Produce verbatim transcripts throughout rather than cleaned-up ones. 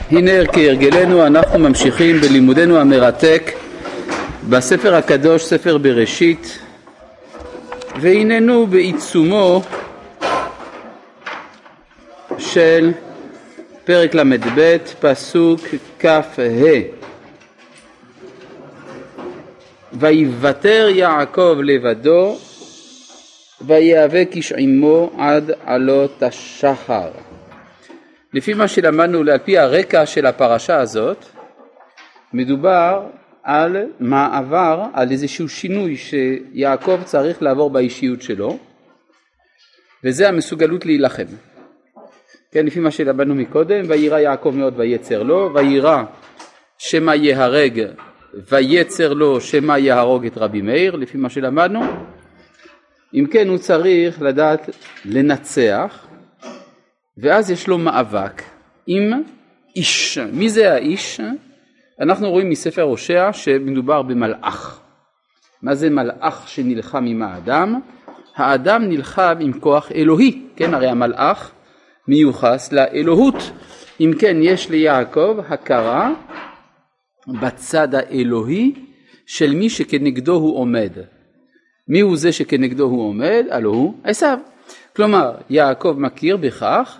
הנה כהרגלנו אנחנו ממשיכים בלימודנו המרתק בספר הקדוש, ספר בראשית, והננו בעיצומו של פרק למד ב' פסוק כ"ה. ויוותר יעקב לבדו ויאבק איש עמו עד עלות השחר. לפי מה שלמדנו, על פי הרקע של הפרשה הזאת, מדובר על מעבר, על איזשהו שינוי שיעקב צריך לעבור באישיות שלו, וזה המסוגלות להילחם. כן, לפי מה שלמדנו מקודם, וירא יעקב מאוד ויצר לו, וירא שמא יהרג ויצר לו שמא יהרוג את רבי מאיר, לפי מה שלמדנו. אם כן, הוא צריך לדעת לנצח, ואז יש לו מאבק עם איש. מי זה האיש? אנחנו רואים מספר הושע שמדובר במלאך. מה זה מלאך שנלחם עם האדם? האדם נלחם עם כוח אלוהי, כן? הרי המלאך מיוחס לאלוהות. אם כן, יש ליעקב הכרה בצד האלוהי של מי שכנגדו הוא עומד. מי הוא זה שכנגדו הוא עומד? הלא הוא עשיו. כלומר, יעקב מכיר בכך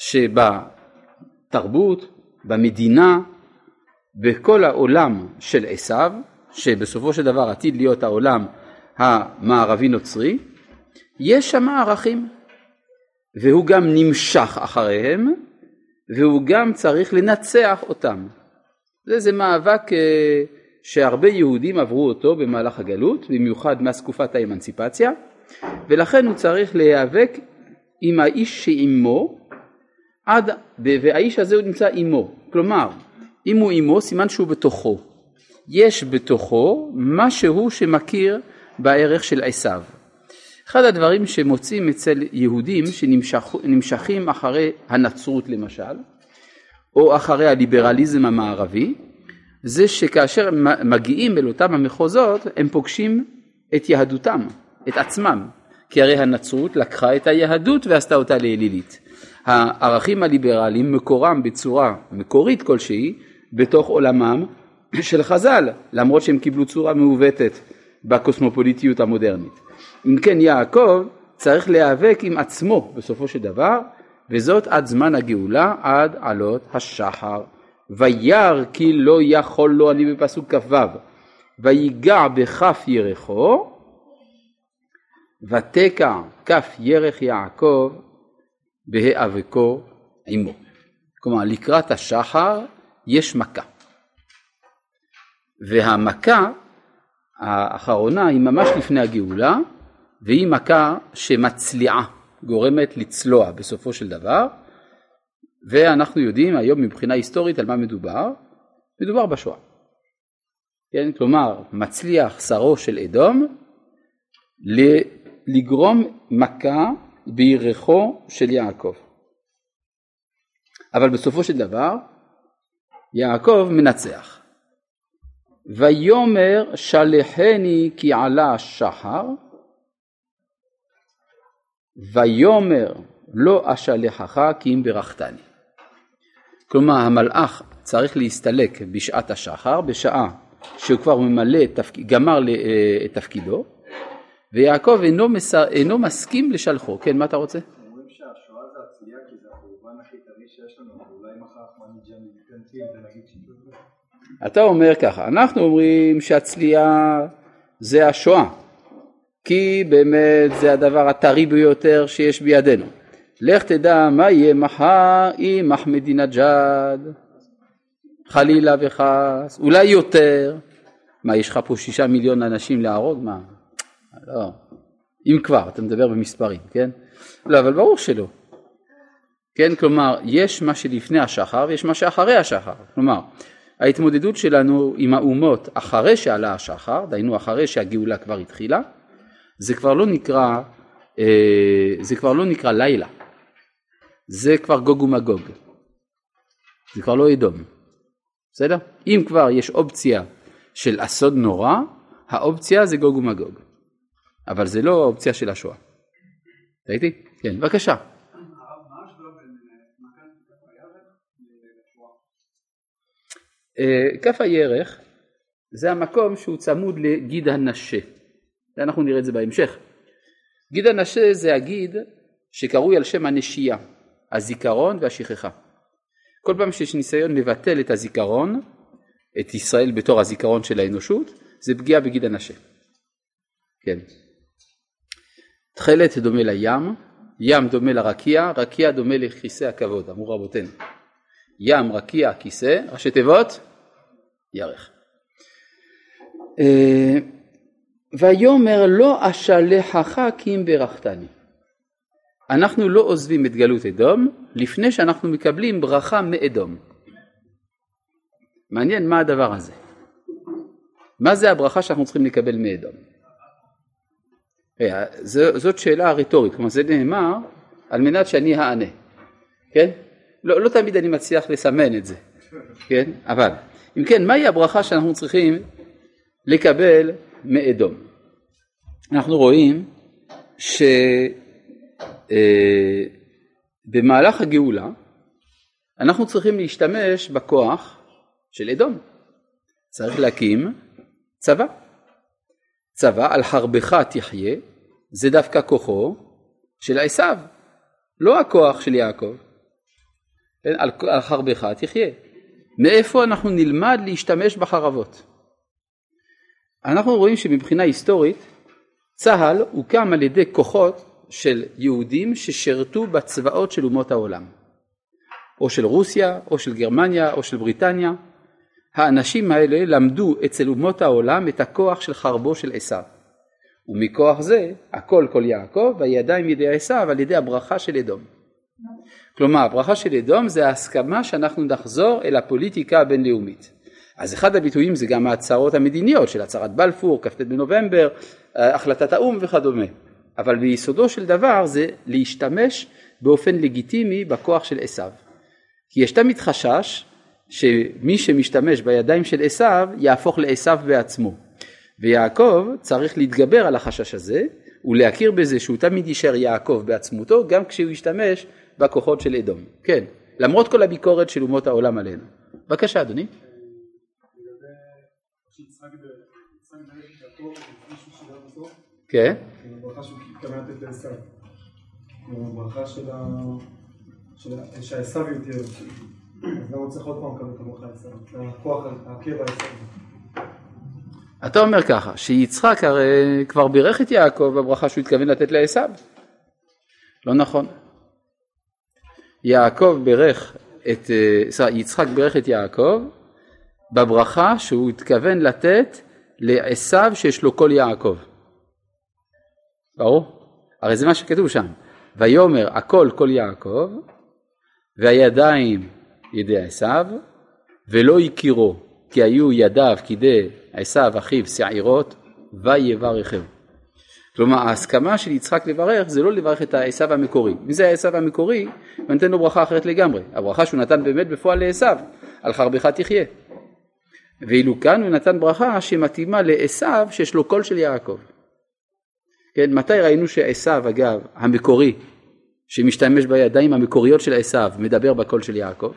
שבתרבות, במדינה, בכל העולם של עשיו, שבסופו של דבר עתיד להיות העולם המערבי נוצרי, יש שם ערכים, והוא גם נמשך אחריהם, והוא גם צריך לנצח אותם. זה, זה מאבק שהרבה יהודים עברו אותו במהלך הגלות, במיוחד מהתקופת האמנציפציה, ולכן הוא צריך להיאבק עם האיש שעימו, עד, והאיש הזה הוא נמצא עימו. כלומר, אם הוא עימו, סימן שהוא בתוכו. יש בתוכו משהו שמכיר בערך של עשיו. אחד הדברים שמוצאים אצל יהודים שנמשכים אחרי הנצרות למשל, או אחרי הליברליזם המערבי, זה שכאשר מגיעים אל אותם המחוזות, הם פוגשים את יהדותם, את עצמם. כי הרי הנצרות לקחה את היהדות ועשתה אותה לאלילית. הערכים הליברליים מקורם בצורה מקורית כלשהי בתוך עולמם של חז"ל, למרות שהם קיבלו צורה מעוותת בקוסמופוליטיות המודרנית. אם כן, יעקב צריך להיאבק עם עצמו בסופו של דבר, וזאת עד זמן הגאולה, עד עלות השחר. וירא כי לא יכול לו, אני בפסוק כ"ו, ויגע בכף ירחו, ותקע כף ירך יעקב בהיאבקו עמו. כלומר, לקראת השחר יש מכה. והמכה האחרונה היא ממש לפני הגאולה, והיא מכה שמצליעה, גורמת לצלוע בסופו של דבר, ואנחנו יודעים היום מבחינה היסטורית על מה מדובר. מדובר בשואה. כן? כלומר, מצליח שרו של אדום לגרום מכה בירכו של יעקב. אבל בסופו של דבר, יעקב מנצח. ויאמר שלחני כי עלה השחר, ויאמר לא אשלחך כי אם ברכתני. כלומר, המלאך צריך להסתלק בשעת השחר, בשעה שהוא כבר ממלא את תפק... גמר את תפקידו, ויעקב אינו, מס... אינו מסכים לשלחו. כן, מה אתה רוצה? אומרים שהשואה זה הצלייה, כי זה החורבן הכי טרי שיש לנו, אולי מחר מניג'ן מתכנסים ונגיד שיתוף. אתה אומר ככה, אנחנו אומרים שהצלייה זה השואה, כי באמת זה הדבר הטרי ביותר שיש בידינו. לך תדע מה יהיה מחר עם אחמדינג'אד, חלילה וחס, אולי יותר. מה, יש לך פה שישה מיליון אנשים להרוג? מה? לא. אם כבר, אתה מדבר במספרים, כן? לא, אבל ברור שלא. כן, כלומר, יש מה שלפני השחר ויש מה שאחרי השחר. כלומר, ההתמודדות שלנו עם האומות אחרי שעלה השחר, דהיינו אחרי שהגאולה כבר התחילה, זה כבר לא נקרא, זה כבר לא נקרא לילה. זה כבר גוג ומגוג. זה כבר לא אדום. בסדר? אם כבר יש אופציה של אסון נורא, האופציה זה גוג ומגוג. אבל זה לא האופציה של השואה. ראיתי? כן, בבקשה. כף הירך זה המקום שהוא צמוד לגיד הנשה. אנחנו נראה את זה בהמשך. גיד הנשה זה הגיד שקרוי על שם הנשייה, הזיכרון והשכחה. כל פעם שיש ניסיון לבטל את הזיכרון, את ישראל בתור הזיכרון של האנושות, זה פגיעה בגיד הנשה. כן. תכלת דומה לים, ים דומה לרקיע, רקיע דומה לכיסא הכבוד, אמרו רבותינו. ים, רקיע, כיסא, ראשי תיבות, ירך. ויאמר לא אשלחך כי אם ברכתני. אנחנו לא עוזבים את גלות אדום לפני שאנחנו מקבלים ברכה מאדום. מעניין מה הדבר הזה. מה זה הברכה שאנחנו צריכים לקבל מאדום? זאת שאלה רטורית, כלומר זה נאמר על מנת שאני אענה. כן? לא, לא תמיד אני מצליח לסמן את זה. כן? אבל אם כן, מהי הברכה שאנחנו צריכים לקבל מאדום? אנחנו רואים שבמהלך הגאולה אנחנו צריכים להשתמש בכוח של אדום. צריך להקים צבא. צבא על חרבך תחיה, זה דווקא כוחו של עשיו, לא הכוח של יעקב. על, על חרבך תחיה. מאיפה אנחנו נלמד להשתמש בחרבות? אנחנו רואים שמבחינה היסטורית צהל הוקם על ידי כוחות של יהודים ששרתו בצבאות של אומות העולם, או של רוסיה, או של גרמניה, או של בריטניה. האנשים האלה למדו אצל אומות העולם את הכוח של חרבו של עשיו, ומכוח זה הכל כל יעקב והידיים ידי עשיו על ידי הברכה של אדום. כלומר הברכה של אדום זה ההסכמה שאנחנו נחזור אל הפוליטיקה הבינלאומית. אז אחד הביטויים זה גם ההצהרות המדיניות של הצהרת בלפור, כ"ט בנובמבר, החלטת האו"ם וכדומה. אבל ביסודו של דבר זה להשתמש באופן לגיטימי בכוח של עשיו. כי יש תמיד חשש שמי שמשתמש בידיים של עשיו יהפוך לעשיו בעצמו. ויעקב צריך להתגבר על החשש הזה ולהכיר בזה שהוא תמיד יישאר יעקב בעצמותו גם כשהוא ישתמש בכוחות של אדום. כן, למרות כל הביקורת של אומות העולם עלינו. בבקשה אדוני. כן. הברכה שהוא התכוון לתת לעשיו. הברכה שהעשיו יותר. אז למה צריך עוד פעם לקבל את הברכה לעשיו? הכוח, הקבע העשיו. אתה אומר ככה, שיצחק הרי כבר בירך את יעקב בברכה שהוא התכוון לתת לעשיו. לא נכון. יעקב בירך את, יצחק בירך את יעקב בברכה שהוא התכוון לתת לעשיו שיש לו כל יעקב. ברור? הרי זה מה שכתוב שם. ויאמר הכל כל יעקב והידיים ידי עשיו ולא יכירו כי היו ידיו כדי עשיו אחיו שעירות ויברכהו. כלומר ההסכמה של יצחק לברך זה לא לברך את עשיו המקורי. מי זה עשיו המקורי? ונתן לו ברכה אחרת לגמרי. הברכה שהוא נתן באמת בפועל לעשיו, על חרבך תחיה. ואילו כאן הוא נתן ברכה שמתאימה לעשיו שיש לו קול של יעקב. כן, מתי ראינו שעשיו אגב המקורי שמשתמש בידיים המקוריות של עשיו מדבר בקול של יעקב?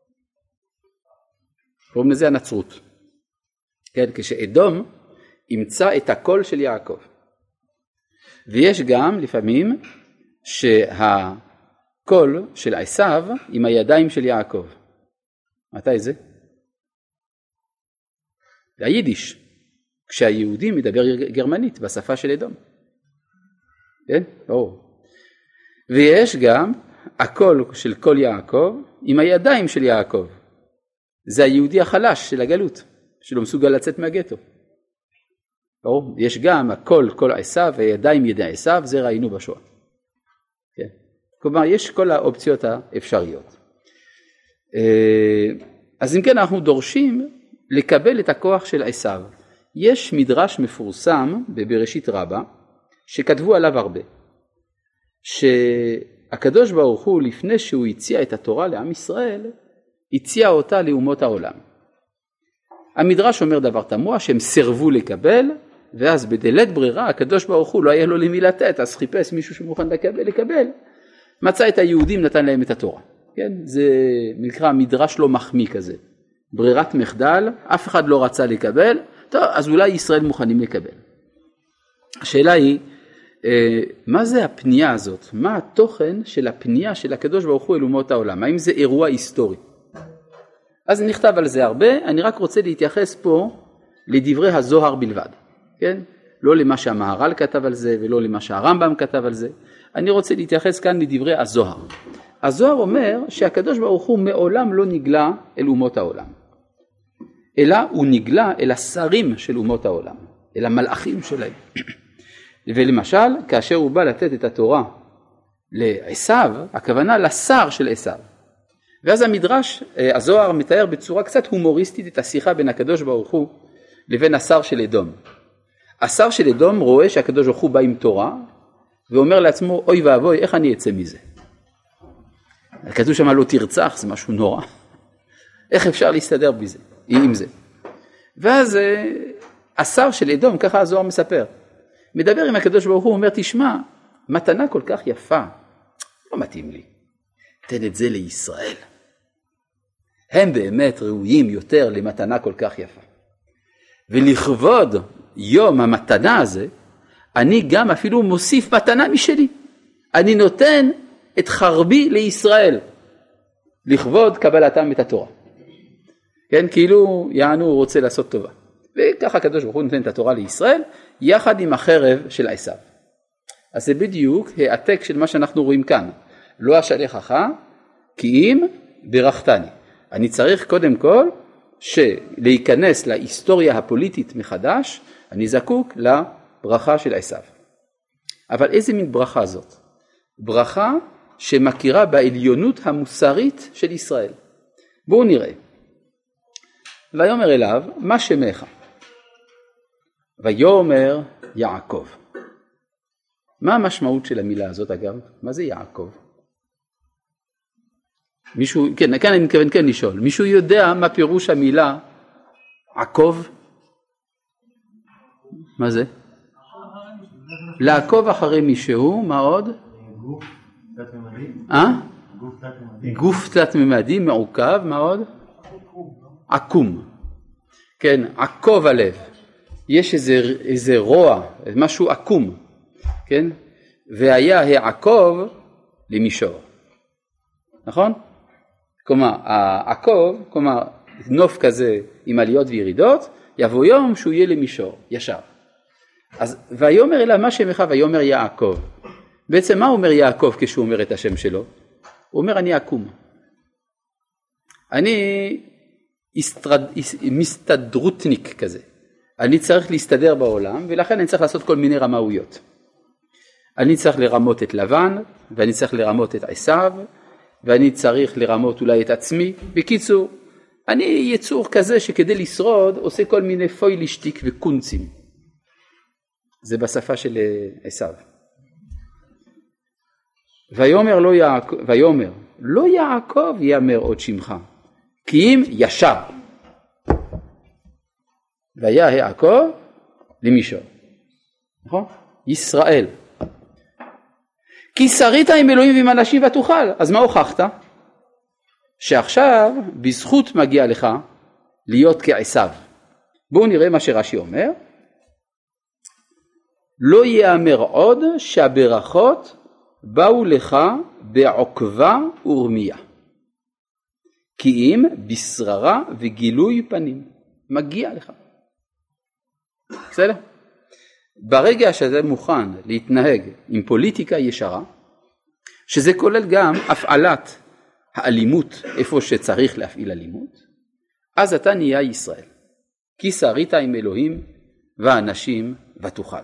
קוראים לזה הנצרות. כן, כשאדום ימצא את הקול של יעקב. ויש גם לפעמים שהקול של עשיו עם הידיים של יעקב. מתי זה? היידיש. כשהיהודי מדבר גרמנית בשפה של אדום. כן? ברור. ויש גם הקול של קול יעקב עם הידיים של יעקב. זה היהודי החלש של הגלות, שלא מסוגל לצאת מהגטו. ברור? יש גם הקול קול עשיו והידיים ידי עשיו, זה ראינו בשואה. כן? כלומר, יש כל האופציות האפשריות. אז אם כן, אנחנו דורשים לקבל את הכוח של עשיו. יש מדרש מפורסם בבראשית רבה, שכתבו עליו הרבה, שהקדוש ברוך הוא לפני שהוא הציע את התורה לעם ישראל, הציע אותה לאומות העולם. המדרש אומר דבר תמוה שהם סירבו לקבל, ואז בדלית ברירה הקדוש ברוך הוא לא היה לו למי לתת, אז חיפש מישהו שמוכן לקבל, לקבל. מצא את היהודים, נתן להם את התורה. כן? זה נקרא מדרש לא מחמיא כזה. ברירת מחדל, אף אחד לא רצה לקבל, טוב, אז אולי ישראל מוכנים לקבל. השאלה היא, מה זה הפנייה הזאת? מה התוכן של הפנייה של הקדוש ברוך הוא אל אומות העולם? האם זה אירוע היסטורי? אז נכתב על זה הרבה, אני רק רוצה להתייחס פה לדברי הזוהר בלבד, כן? לא למה שהמהר"ל כתב על זה ולא למה שהרמב"ם כתב על זה, אני רוצה להתייחס כאן לדברי הזוהר. הזוהר אומר שהקדוש ברוך הוא מעולם לא נגלה אל אומות העולם, אלא הוא נגלה אל השרים של אומות העולם, אל המלאכים שלהם. ולמשל, כאשר הוא בא לתת את התורה לעשיו, הכוונה לשר של עשיו. ואז המדרש, הזוהר מתאר בצורה קצת הומוריסטית את השיחה בין הקדוש ברוך הוא לבין השר של אדום. השר של אדום רואה שהקדוש ברוך הוא בא עם תורה, ואומר לעצמו, אוי ואבוי, איך אני אצא מזה? הכתוב שם לא תרצח, זה משהו נורא. איך אפשר להסתדר בזה, עם זה? ואז השר של אדום, ככה הזוהר מספר, מדבר עם הקדוש ברוך הוא, אומר, תשמע, מתנה כל כך יפה, לא מתאים לי, תן את זה לישראל. הם באמת ראויים יותר למתנה כל כך יפה. ולכבוד יום המתנה הזה, אני גם אפילו מוסיף מתנה משלי. אני נותן את חרבי לישראל, לכבוד קבלתם את התורה. כן, כאילו יענו הוא רוצה לעשות טובה. וככה הקדוש ברוך הוא נותן את התורה לישראל, יחד עם החרב של עשיו. אז זה בדיוק העתק של מה שאנחנו רואים כאן. לא אשלחך, כי אם ברכתני. אני צריך קודם כל להיכנס להיסטוריה הפוליטית מחדש, אני זקוק לברכה של עשיו. אבל איזה מין ברכה זאת? ברכה שמכירה בעליונות המוסרית של ישראל. בואו נראה. ויאמר אליו, מה שמך? ויאמר יעקב. מה המשמעות של המילה הזאת אגב? מה זה יעקב? מישהו, כן, כאן אני מתכוון כן לשאול, מישהו יודע מה פירוש המילה עקוב? מה זה? לעקוב אחרי מישהו, מה עוד? גוף תלת ממדי. אה? גוף תלת ממדי. גוף תלת ממדי, מעוקב, מה עוד? עקום. כן, עקוב הלב. יש איזה, איזה רוע, משהו עקום. כן? והיה העקוב למישור. נכון? כלומר, העקוב, כלומר, נוף כזה עם עליות וירידות, יבוא יום שהוא יהיה למישור, ישר. אז ויאמר אליו מה שמך ויאמר יעקב. בעצם מה אומר יעקב כשהוא אומר את השם שלו? הוא אומר אני עקום. אני הסתרד, מסתדרותניק כזה. אני צריך להסתדר בעולם ולכן אני צריך לעשות כל מיני רמאויות. אני צריך לרמות את לבן ואני צריך לרמות את עשיו ואני צריך לרמות אולי את עצמי. בקיצור, אני יצור כזה שכדי לשרוד עושה כל מיני פוילישטיק וקונצים. זה בשפה של עשיו. ויאמר לא יעקב, ויאמר לא יעקב יאמר עוד שמך, כי אם ישר. והיה יעקב למישור. נכון? ישראל. כי שרית עם אלוהים ועם אנשים ותוכל. אז מה הוכחת? שעכשיו בזכות מגיע לך להיות כעשיו. בואו נראה מה שרש"י אומר. לא יאמר עוד שהברכות באו לך בעוקבה ורמיה. כי אם בשררה וגילוי פנים. מגיע לך. בסדר? ברגע שאתה מוכן להתנהג עם פוליטיקה ישרה, שזה כולל גם הפעלת האלימות איפה שצריך להפעיל אלימות, אז אתה נהיה ישראל. כי שרית עם אלוהים ואנשים ותוכל.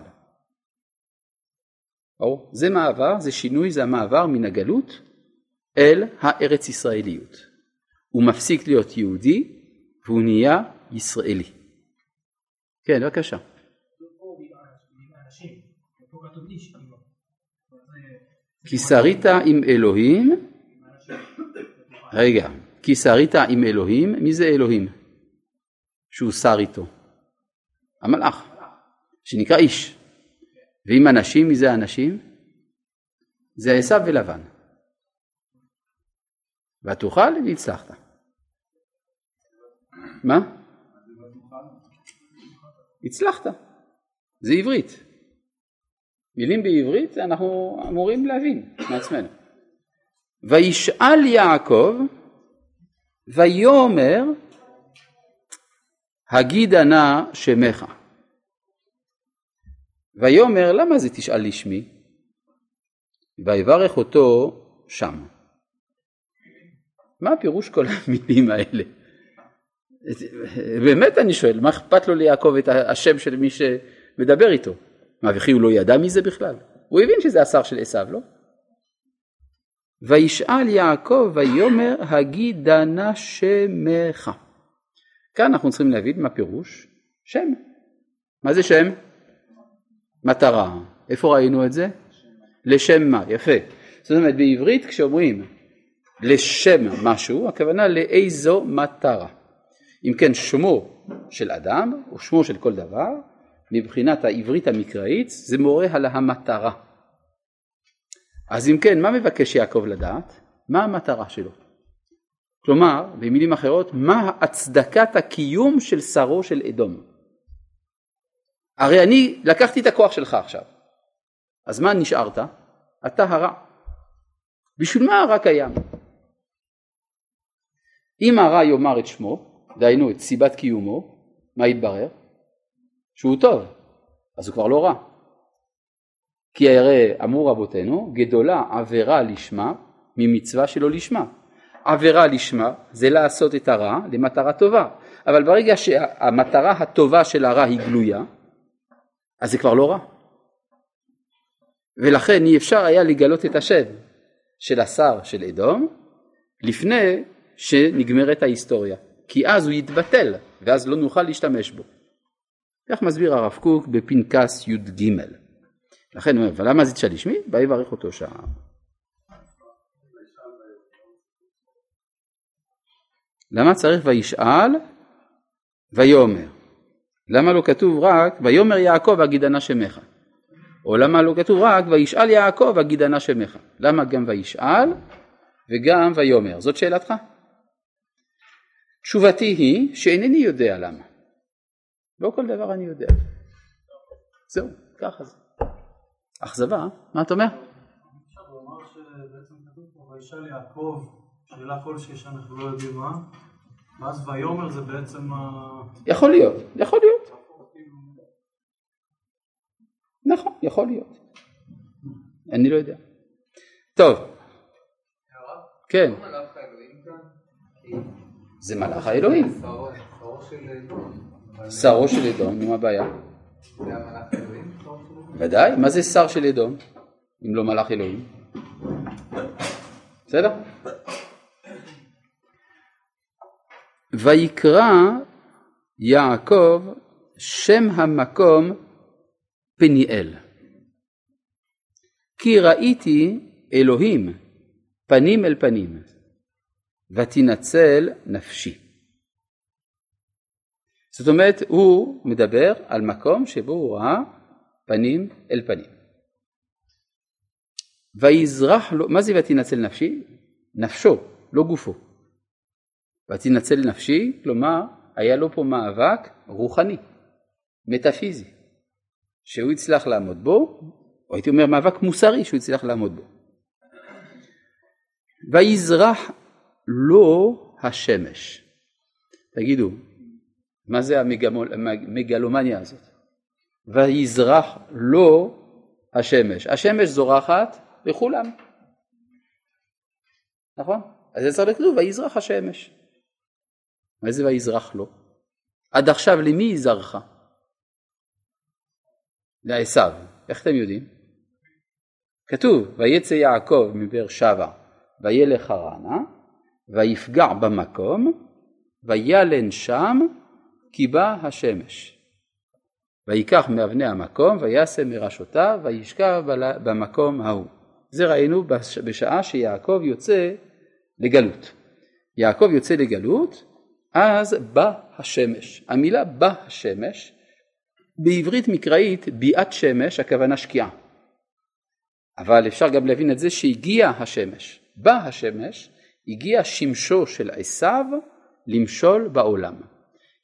או, זה מעבר, זה שינוי, זה המעבר מן הגלות אל הארץ ישראליות. הוא מפסיק להיות יהודי והוא נהיה ישראלי. כן, בבקשה. כי שרית עם אלוהים, רגע, כי שרית עם אלוהים, מי זה אלוהים? שהוא שר איתו. המלאך, שנקרא איש. ועם אנשים, מי זה האנשים? זה עשיו ולבן. ותוכל והצלחת. מה? הצלחת. זה עברית. מילים בעברית אנחנו אמורים להבין מעצמנו. וישאל יעקב ויאמר הגידה נא שמך. ויאמר למה זה תשאל לשמי? ויברך אותו שם. מה הפירוש כל המילים האלה? באמת אני שואל, מה אכפת לו ליעקב את השם של מי שמדבר איתו? מה, וכי הוא לא ידע מי זה בכלל? הוא הבין שזה השר של עשיו, לא? וישאל יעקב ויאמר הגידה נא שמך. כאן אנחנו צריכים להבין מה פירוש שם. מה זה שם? מטרה. איפה ראינו את זה? לשם מה, יפה. זאת אומרת בעברית כשאומרים לשם משהו, הכוונה לאיזו מטרה. אם כן שמו של אדם או שמו של כל דבר, מבחינת העברית המקראית זה מורה על המטרה. אז אם כן, מה מבקש יעקב לדעת? מה המטרה שלו? כלומר, במילים אחרות, מה הצדקת הקיום של שרו של אדום? הרי אני לקחתי את הכוח שלך עכשיו. אז מה נשארת? אתה הרע. בשביל מה הרע קיים? אם הרע יאמר את שמו, דיינו את סיבת קיומו, מה יתברר? שהוא טוב, אז הוא כבר לא רע. כי הרי אמרו רבותינו, גדולה עבירה לשמה ממצווה שלא לשמה. עבירה לשמה זה לעשות את הרע למטרה טובה. אבל ברגע שהמטרה הטובה של הרע היא גלויה, אז זה כבר לא רע. ולכן אי אפשר היה לגלות את השם של השר של אדום לפני שנגמרת ההיסטוריה. כי אז הוא יתבטל ואז לא נוכל להשתמש בו. כך מסביר הרב קוק בפנקס י' ג'. לכן הוא אומר, ולמה זה תשאל לשמי? ויברך אותו שם. למה צריך וישאל ויאמר? למה לא כתוב רק ויאמר יעקב הגידה נא שמך? או למה לא כתוב רק וישאל יעקב הגידה נא שמך? למה גם וישאל וגם ויאמר? זאת שאלתך? תשובתי היא שאינני יודע למה. לא כל דבר אני יודע. זהו, ככה זה. אכזבה, מה אתה אומר? אפשר לומר שבעצם כתוב פה וישאל יעקב שאלה כלשהי שאנחנו לא יודעים מה, ואז ויאמר זה בעצם יכול להיות, יכול להיות. נכון, יכול להיות. אני לא יודע. טוב. כן. זה מלאך האלוהים. שרו של אדום, מה הבעיה? זה המלאך אלוהים? ודאי, מה זה שר של אדום? אם לא מלאך אלוהים. בסדר? ויקרא יעקב שם המקום פניאל. כי ראיתי אלוהים פנים אל פנים ותנצל נפשי. זאת אומרת, הוא מדבר על מקום שבו הוא ראה פנים אל פנים. ויזרח לו, מה זה ותנצל נפשי? נפשו, לא גופו. ותנצל נפשי, כלומר, היה לו פה מאבק רוחני, מטאפיזי, שהוא הצליח לעמוד בו, או הייתי אומר מאבק מוסרי שהוא הצליח לעמוד בו. ויזרח לו השמש. תגידו, מה זה המגלומניה הזאת? ויזרח לו השמש. השמש זורחת לכולם. נכון? אז זה צריך לכתוב, ויזרח השמש. מה זה ויזרח לו? עד עכשיו למי היא זרחה? לעשיו. איך אתם יודעים? כתוב, ויצא יעקב מבאר שבע, וילך חרנה, ויפגע במקום, וילן שם, כי בא השמש. ויקח מאבני המקום, ויעשה מראשותיו, וישכב במקום ההוא. זה ראינו בשעה שיעקב יוצא לגלות. יעקב יוצא לגלות, אז בא השמש. המילה בא השמש, בעברית מקראית, ביאת שמש, הכוונה שקיעה. אבל אפשר גם להבין את זה שהגיע השמש. בא השמש, הגיע שמשו של עשיו למשול בעולם.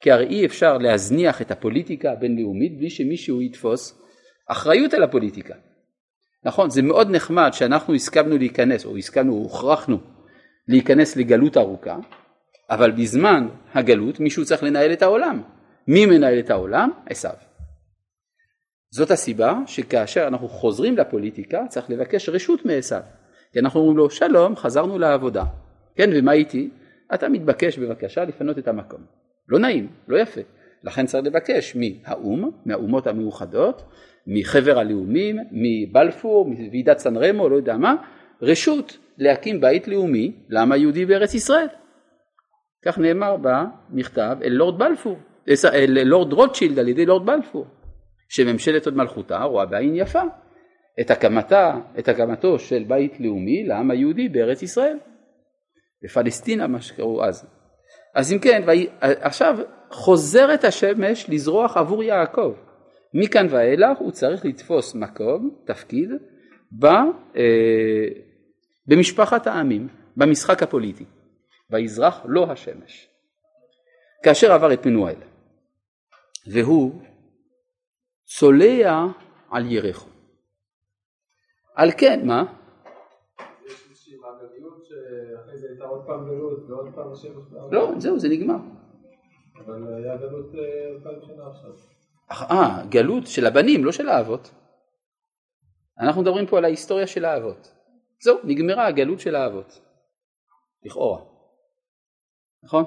כי הרי אי אפשר להזניח את הפוליטיקה הבינלאומית בלי שמישהו יתפוס אחריות על הפוליטיקה. נכון, זה מאוד נחמד שאנחנו הסכמנו להיכנס, או הסכמנו, או הוכרחנו להיכנס לגלות ארוכה, אבל בזמן הגלות מישהו צריך לנהל את העולם. מי מנהל את העולם? עשיו. זאת הסיבה שכאשר אנחנו חוזרים לפוליטיקה צריך לבקש רשות מעשיו. כי אנחנו אומרים לו שלום, חזרנו לעבודה. כן, ומה איתי? אתה מתבקש בבקשה לפנות את המקום. לא נעים, לא יפה. לכן צריך לבקש מהאום, מהאומות המאוחדות, מחבר הלאומים, מבלפור, מוועידת סן רמו, לא יודע מה, רשות להקים בית לאומי לעם היהודי בארץ ישראל. כך נאמר במכתב אל לורד בלפור, אל לורד רוטשילד על ידי לורד בלפור, שממשלת עוד מלכותה רואה בעין יפה את הקמתה, את הקמתו של בית לאומי לעם היהודי בארץ ישראל. בפלסטינה מה שקראו אז. אז אם כן, עכשיו חוזרת השמש לזרוח עבור יעקב. מכאן ואילך הוא צריך לתפוס מקום, תפקיד, ב, אה, במשפחת העמים, במשחק הפוליטי. ויזרח לא השמש. כאשר עבר את פנואל, והוא צולע על ירחו. על כן, מה? יש איזושהי מעגליות שאחרי זה הייתה עוד פעם גלות ועוד פעם השמש. לא, זהו, זה נגמר. אבל היה גלות אלפיים שנה עכשיו. אה, גלות של הבנים, לא של האבות. אנחנו מדברים פה על ההיסטוריה של האבות. זהו, נגמרה הגלות של האבות. לכאורה. נכון?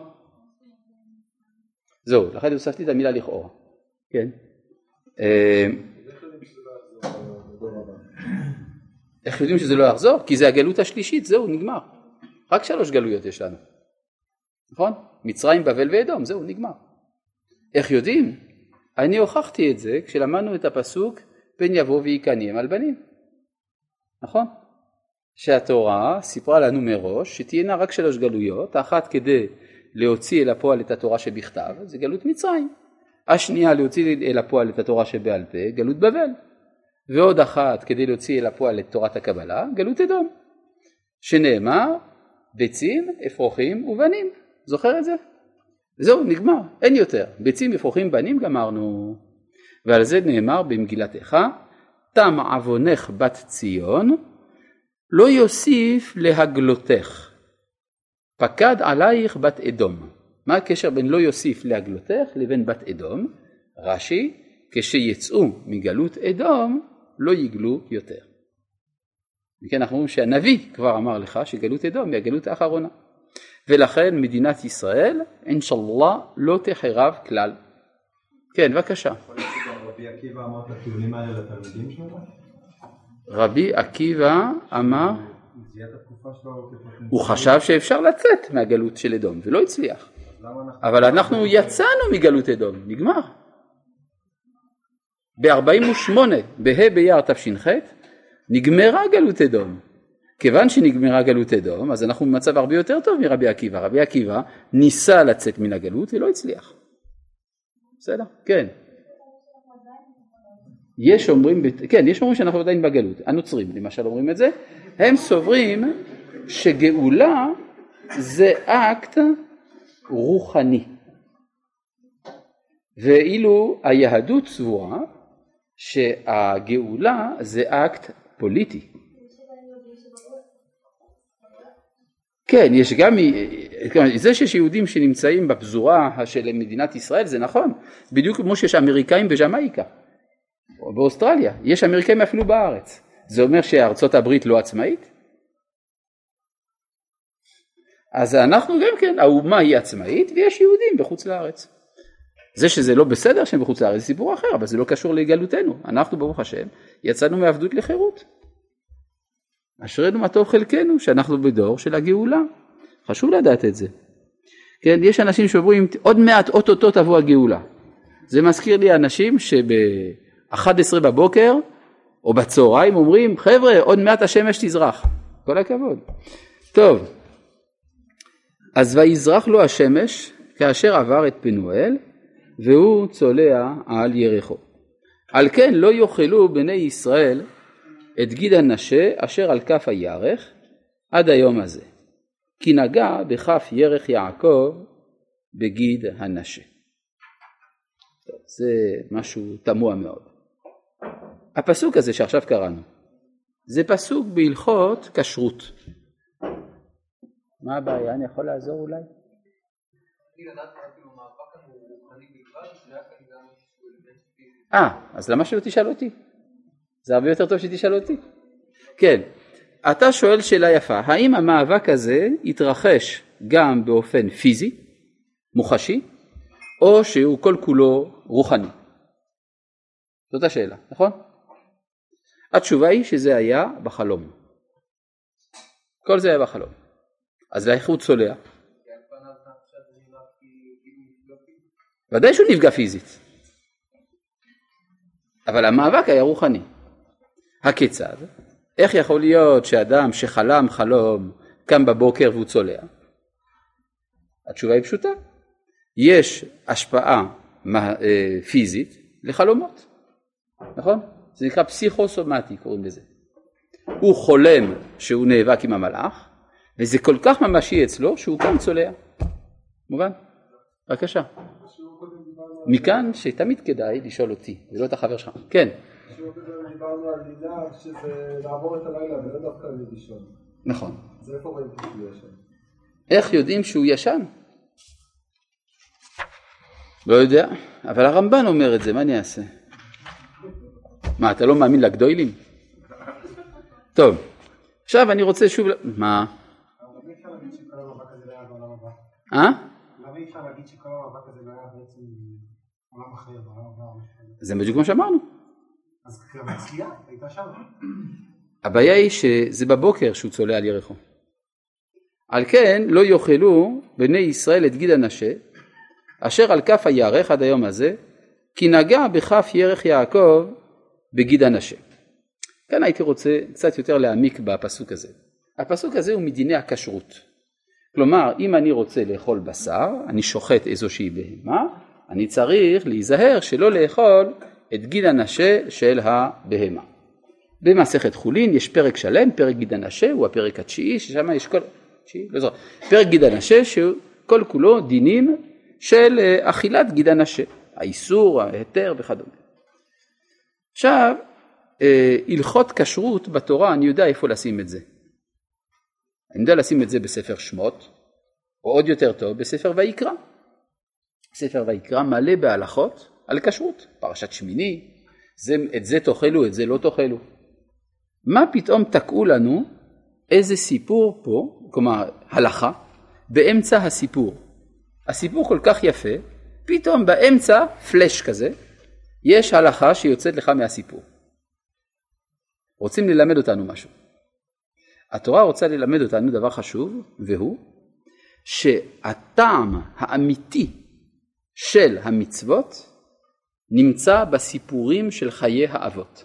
זהו, לכן הוספתי את המילה לכאורה. כן. איך יודעים שזה לא יחזור? כי זה הגלות השלישית, זהו, נגמר. רק שלוש גלויות יש לנו. נכון? מצרים, בבל ואדום, זהו, נגמר. איך יודעים? אני הוכחתי את זה כשלמדנו את הפסוק פן יבוא ויקניים על בנים. נכון? שהתורה סיפרה לנו מראש שתהיינה רק שלוש גלויות, אחת כדי להוציא אל הפועל את התורה שבכתב, זה גלות מצרים. השנייה להוציא אל הפועל את התורה שבעל פה, גלות בבל. ועוד אחת כדי להוציא אל הפועל את תורת הקבלה, גלות אדום. שנאמר, ביצים, אפרוחים ובנים. זוכר את זה? זהו, נגמר, אין יותר. ביצים, אפרוחים, בנים גמרנו. ועל זה נאמר במגילת איכה, תם עוונך בת ציון, לא יוסיף להגלותך. פקד עלייך בת אדום. מה הקשר בין לא יוסיף להגלותך לבין בת אדום? רש"י, כשיצאו מגלות אדום, לא יגלו יותר. וכן אנחנו אומרים שהנביא כבר אמר לך שגלות אדום היא הגלות האחרונה. ולכן מדינת ישראל, אינשאללה, לא תחרב כלל. כן, בבקשה. יכול להיות שגם רבי עקיבא אמר את הטיעונים האלה לתלמידים שלו? רבי עקיבא אמר, הוא חשב שאפשר לצאת מהגלות של אדום, ולא הצליח. אבל אנחנו יצאנו מגלות אדום, נגמר. ב-ארבעים ושמונה, בה' באייר תש"ח, נגמרה גלות אדום. כיוון שנגמרה גלות אדום, אז אנחנו במצב הרבה יותר טוב מרבי עקיבא. רבי עקיבא ניסה לצאת מן הגלות ולא הצליח. בסדר? כן. יש אומרים, כן, יש אומרים שאנחנו עדיין בגלות. הנוצרים, למשל אומרים את זה, הם סוברים שגאולה זה אקט רוחני. ואילו היהדות סבורה שהגאולה זה אקט פוליטי. כן, יש גם, זה שיש יהודים שנמצאים בפזורה של מדינת ישראל, זה נכון, בדיוק כמו שיש אמריקאים בג'מייקה, או באוסטרליה, יש אמריקאים אפילו בארץ. זה אומר שארצות הברית לא עצמאית? אז אנחנו גם כן, האומה היא עצמאית ויש יהודים בחוץ לארץ. זה שזה לא בסדר שהם בחוץ לארץ זה סיפור אחר, אבל זה לא קשור לגלותנו. אנחנו ברוך השם יצאנו מעבדות לחירות. אשרינו מה טוב חלקנו שאנחנו בדור של הגאולה. חשוב לדעת את זה. כן, יש אנשים שאומרים עוד מעט אוטוטו תבוא הגאולה. זה מזכיר לי אנשים שב-אחת עשרה בבוקר או בצהריים אומרים חבר'ה עוד מעט השמש תזרח. כל הכבוד. טוב. אז ויזרח לו השמש כאשר עבר את פנואל והוא צולע על ירחו. על כן לא יאכלו בני ישראל את גיד הנשה אשר על כף הירך עד היום הזה. כי נגע בכף ירך יעקב בגיד הנשה. זה משהו תמוה מאוד. הפסוק הזה שעכשיו קראנו, זה פסוק בהלכות כשרות. מה הבעיה? אני יכול לעזור אולי? אה, אז למה שלא תשאל אותי? זה הרבה יותר טוב שתשאל אותי. כן, אתה שואל שאלה יפה, האם המאבק הזה יתרחש גם באופן פיזי, מוחשי, או שהוא כל כולו רוחני? זאת השאלה, נכון? התשובה היא שזה היה בחלום. כל זה היה בחלום. אז איך הוא צולע? ודאי שהוא נפגע פיזית. אבל המאבק היה רוחני. הכיצד? איך יכול להיות שאדם שחלם חלום קם בבוקר והוא צולע? התשובה היא פשוטה. יש השפעה פיזית לחלומות. נכון? זה נקרא פסיכוסומטי, קוראים לזה. הוא חולם שהוא נאבק עם המלאך, וזה כל כך ממשי אצלו שהוא קם צולע. מובן? בבקשה. מכאן שתמיד כדאי לשאול אותי, ולא את החבר שלך. כן. דיברנו על לילה שזה לעבור את הלילה ולא דווקא לישון. נכון. אז איפה רואים שהוא ישן? איך יודעים שהוא ישן? לא יודע, אבל הרמב"ן אומר את זה, מה אני אעשה? מה, אתה לא מאמין לגדולים? טוב, עכשיו אני רוצה שוב... מה? למה אי אפשר להגיד שכל המאבק הזה לא היה בעולם הבא? אה? למה אי אפשר להגיד שכל המאבק הזה לא היה בעצם עולם אחר, בעולם הבא? זה בדיוק כמו שאמרנו. אז גם הצלייה הייתה שם. הבעיה היא שזה בבוקר שהוא צולע על ירחו. על כן לא יאכלו בני ישראל את גיד הנשה, אשר על כף הירך עד היום הזה, כי נגע בכף ירך יעקב בגיד הנשה. כאן הייתי רוצה קצת יותר להעמיק בפסוק הזה. הפסוק הזה הוא מדיני הכשרות. כלומר, אם אני רוצה לאכול בשר, אני שוחט איזושהי בהמה, אני צריך להיזהר שלא לאכול את גיד הנשה של הבהמה. במסכת חולין יש פרק שלם, פרק גיד הנשה הוא הפרק התשיעי, ששם יש כל... תשיעי? לא זוכר. פרק גיד הנשה שכל כולו דינים של אכילת גיד הנשה, האיסור, ההיתר וכדומה. עכשיו, הלכות כשרות בתורה, אני יודע איפה לשים את זה. אני יודע לשים את זה בספר שמות, או עוד יותר טוב, בספר ויקרא. ספר ויקרא מלא בהלכות על כשרות, פרשת שמיני, זה, את זה תאכלו, את זה לא תאכלו. מה פתאום תקעו לנו איזה סיפור פה, כלומר הלכה, באמצע הסיפור. הסיפור כל כך יפה, פתאום באמצע פלש כזה, יש הלכה שיוצאת לך מהסיפור. רוצים ללמד אותנו משהו. התורה רוצה ללמד אותנו דבר חשוב, והוא שהטעם האמיתי של המצוות נמצא בסיפורים של חיי האבות.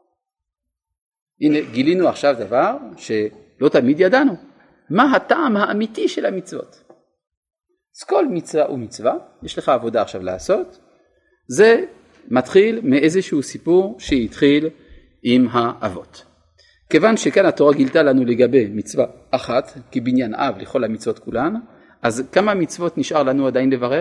הנה, גילינו עכשיו דבר שלא תמיד ידענו. מה הטעם האמיתי של המצוות? אז כל מצווה ומצווה, יש לך עבודה עכשיו לעשות, זה מתחיל מאיזשהו סיפור שהתחיל עם האבות. כיוון שכאן התורה גילתה לנו לגבי מצווה אחת, כבניין אב לכל המצוות כולן, אז כמה מצוות נשאר לנו עדיין לברר?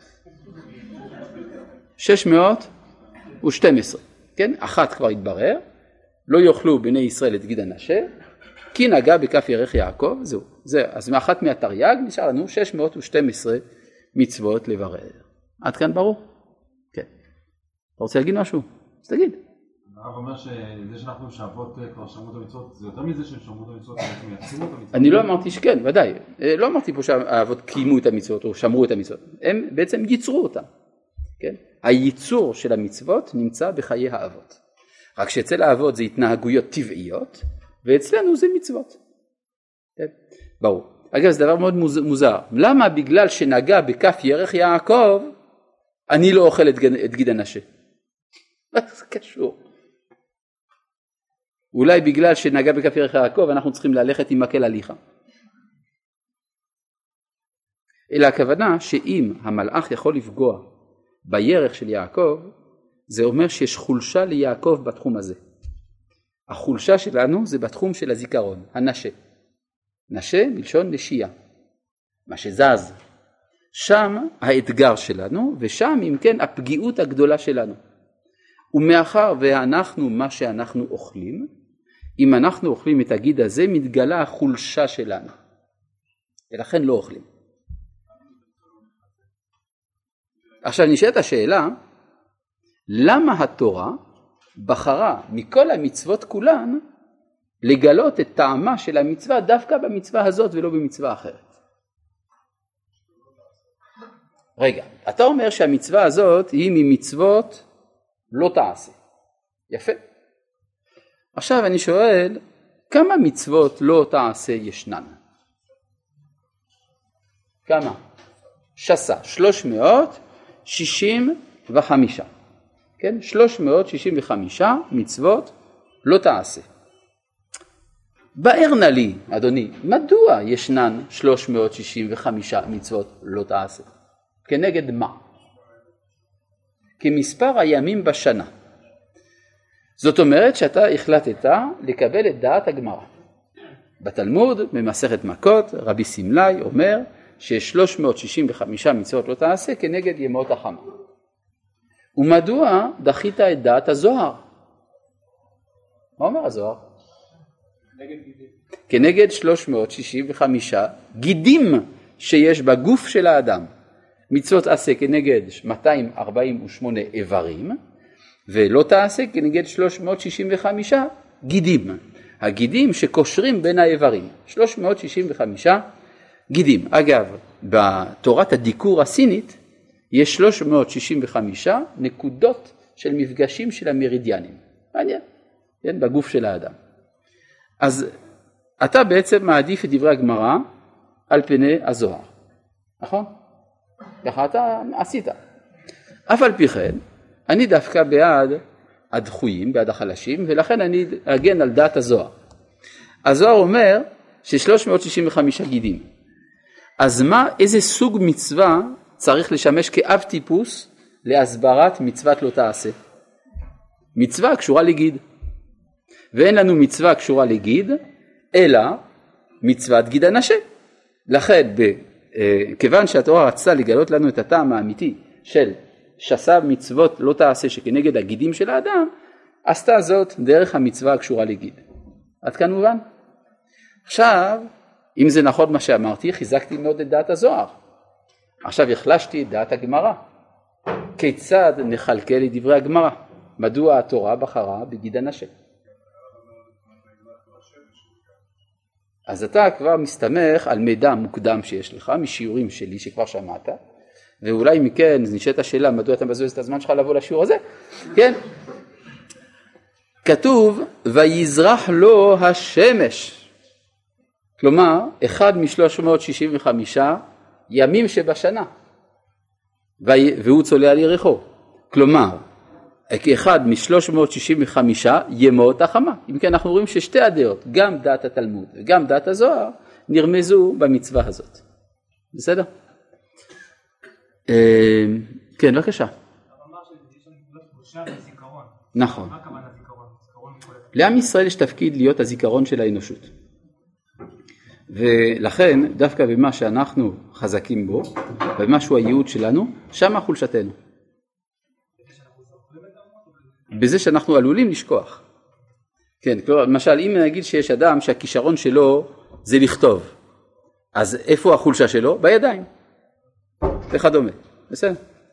שש מאות ושתים עשרה, כן? אחת כבר התברר, לא יאכלו בני ישראל את גיד הנשה, כי נגע בכף ירך יעקב, זהו. זה, אז מאחת מהתרי"ג נשאר לנו שש מאות ושתים עשרה מצוות לברר. עד כאן ברור? כן. אתה רוצה להגיד משהו? אז תגיד. הרב אומר שזה שאנחנו שאבות כבר שמרו את המצוות, זה יותר מזה שהם שמרו את המצוות, אנחנו מייצרים את המצוות. אני לא אמרתי שכן, ודאי. לא אמרתי פה שהאבות קיימו את המצוות או שמרו את המצוות. הם בעצם ייצרו אותם. כן? הייצור של המצוות נמצא בחיי האבות. רק שאצל האבות זה התנהגויות טבעיות, ואצלנו זה מצוות. כן? ברור. אגב, זה דבר מאוד מוזר. למה בגלל שנגע בכף ירך יעקב, אני לא אוכל את גיד הנשה? זה קשור. אולי בגלל שנגע בכף ירך יעקב, אנחנו צריכים ללכת עם מקל הליכה. אלא הכוונה שאם המלאך יכול לפגוע בירך של יעקב, זה אומר שיש חולשה ליעקב בתחום הזה. החולשה שלנו זה בתחום של הזיכרון, הנשה. נשה מלשון נשייה, מה שזז. שם האתגר שלנו, ושם אם כן הפגיעות הגדולה שלנו. ומאחר ואנחנו מה שאנחנו אוכלים, אם אנחנו אוכלים את הגיד הזה, מתגלה החולשה שלנו. ולכן לא אוכלים. עכשיו נשאלת השאלה, למה התורה בחרה מכל המצוות כולן לגלות את טעמה של המצווה דווקא במצווה הזאת ולא במצווה אחרת? רגע, אתה אומר שהמצווה הזאת היא ממצוות לא תעשה. יפה. עכשיו אני שואל, כמה מצוות לא תעשה ישנן? כמה? שסה, שלוש מאות שישים וחמישה. כן? שלוש מאות שישים וחמישה מצוות לא תעשה. באר נא לי, אדוני, מדוע ישנן שלוש מאות שישים וחמישה מצוות לא תעשה? כנגד מה? כמספר הימים בשנה. זאת אומרת שאתה החלטת לקבל את דעת הגמרא. בתלמוד, במסכת מכות, רבי סמלי אומר ש-שלוש מאות שישים וחמישה מצוות לא תעשה כנגד ימות החמה. ומדוע דחית את דעת הזוהר? מה אומר הזוהר? כנגד שלוש מאות שישים וחמישה גידים שיש בגוף של האדם. מצוות עשה כנגד מאתיים ארבעים ושמונה איברים, ולא תעשה כנגד שלוש מאות שישים וחמישה גידים. הגידים שקושרים בין האיברים. שלוש מאות שישים וחמישה גידים. אגב, בתורת הדיקור הסינית, יש שלוש מאות שישים וחמישה נקודות של מפגשים של המרידיאנים. מעניין, כן, בגוף של האדם. אז אתה בעצם מעדיף את דברי הגמרא על פני הזוהר. נכון? ככה אתה עשית. אף על פי כן, אני דווקא בעד הדחויים, בעד החלשים, ולכן אני אגן על דעת הזוהר. הזוהר אומר ש-שלוש מאות שישים וחמישה גידים. אז מה, איזה סוג מצווה צריך לשמש כאב טיפוס להסברת מצוות לא תעשה? מצווה קשורה לגיד. ואין לנו מצווה קשורה לגיד, אלא מצוות גיד הנשה. לכן, כיוון שהתורה רצתה לגלות לנו את הטעם האמיתי של שסה מצוות לא תעשה שכנגד הגידים של האדם, עשתה זאת דרך המצווה הקשורה לגיד. עד כאן מובן? עכשיו, אם זה נכון מה שאמרתי, חיזקתי מאוד את דעת הזוהר. עכשיו החלשתי את דעת הגמרא. כיצד נחלקל את דברי הגמרא? מדוע התורה בחרה בגיד הנשה? אז אתה כבר מסתמך על מידע מוקדם שיש לך, משיעורים שלי שכבר שמעת, ואולי מכן נשאלת השאלה, מדוע אתה מבזבז את הזמן שלך לבוא לשיעור הזה? כן? כתוב, ויזרח לו השמש. כלומר, אחד משלוש מאות שישים וחמישה ימים שבשנה, והוא צולע על יריחו. כלומר, כאחד משלוש מאות שישים וחמישה ימות החמה. אם כן, אנחנו רואים ששתי הדעות, גם דעת התלמוד וגם דעת הזוהר, נרמזו במצווה הזאת. בסדר? כן, בבקשה. נכון. לעם ישראל יש תפקיד להיות הזיכרון של האנושות. ולכן, דווקא במה שאנחנו חזקים בו, במה שהוא הייעוד שלנו, שם חולשתנו. בזה שאנחנו עלולים לשכוח. כן, כלומר, למשל, אם נגיד שיש אדם שהכישרון שלו זה לכתוב, אז איפה החולשה שלו? בידיים. וכדומה. בסדר?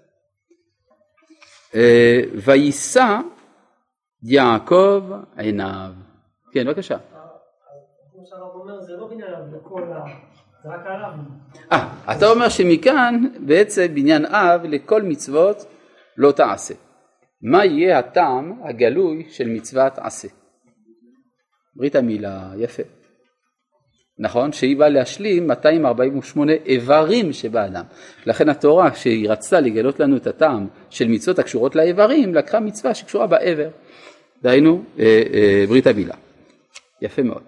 ויישא יעקב עיניו. כן, בבקשה. כמו שהרב אומר, זה לא בניין לכל ה... זה רק עליו. אה, אתה אומר שמכאן בעצם בניין אב לכל מצוות לא תעשה. מה יהיה הטעם הגלוי של מצוות עשה? ברית המילה, יפה. נכון? שהיא באה להשלים מאתיים ארבעים ושמונה איברים שבאדם. לכן התורה שהיא רצתה לגלות לנו את הטעם של מצוות הקשורות לאיברים, לקחה מצווה שקשורה באיבר. דהיינו, אה, אה, ברית המילה. יפה מאוד.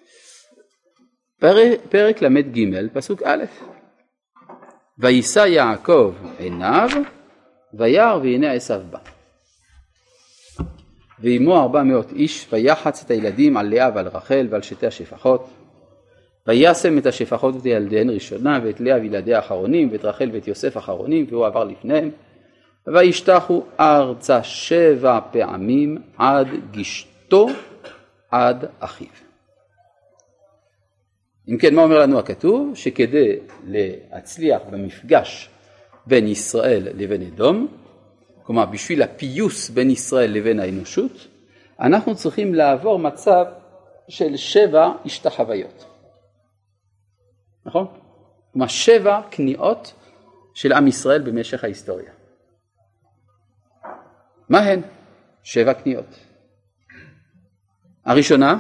פרק, פרק למד ג' פסוק א'. ויישא יעקב עיניו, וירא והנה עשיו בא. ועמו ארבע מאות איש, ויחץ את הילדים על לאה ועל רחל ועל שתי השפחות. וישם את השפחות ואת ילדיהן ראשונה, ואת לאה וילדיה האחרונים, ואת רחל ואת יוסף האחרונים, והוא עבר לפניהם. וישתחו ארצה שבע פעמים עד גשתו עד אחיו. אם כן, מה אומר לנו הכתוב? שכדי להצליח במפגש בין ישראל לבין אדום, כלומר בשביל הפיוס בין ישראל לבין האנושות, אנחנו צריכים לעבור מצב של שבע השתחוויות. נכון? כלומר שבע כניעות של עם ישראל במשך ההיסטוריה. מה הן? שבע כניעות. הראשונה,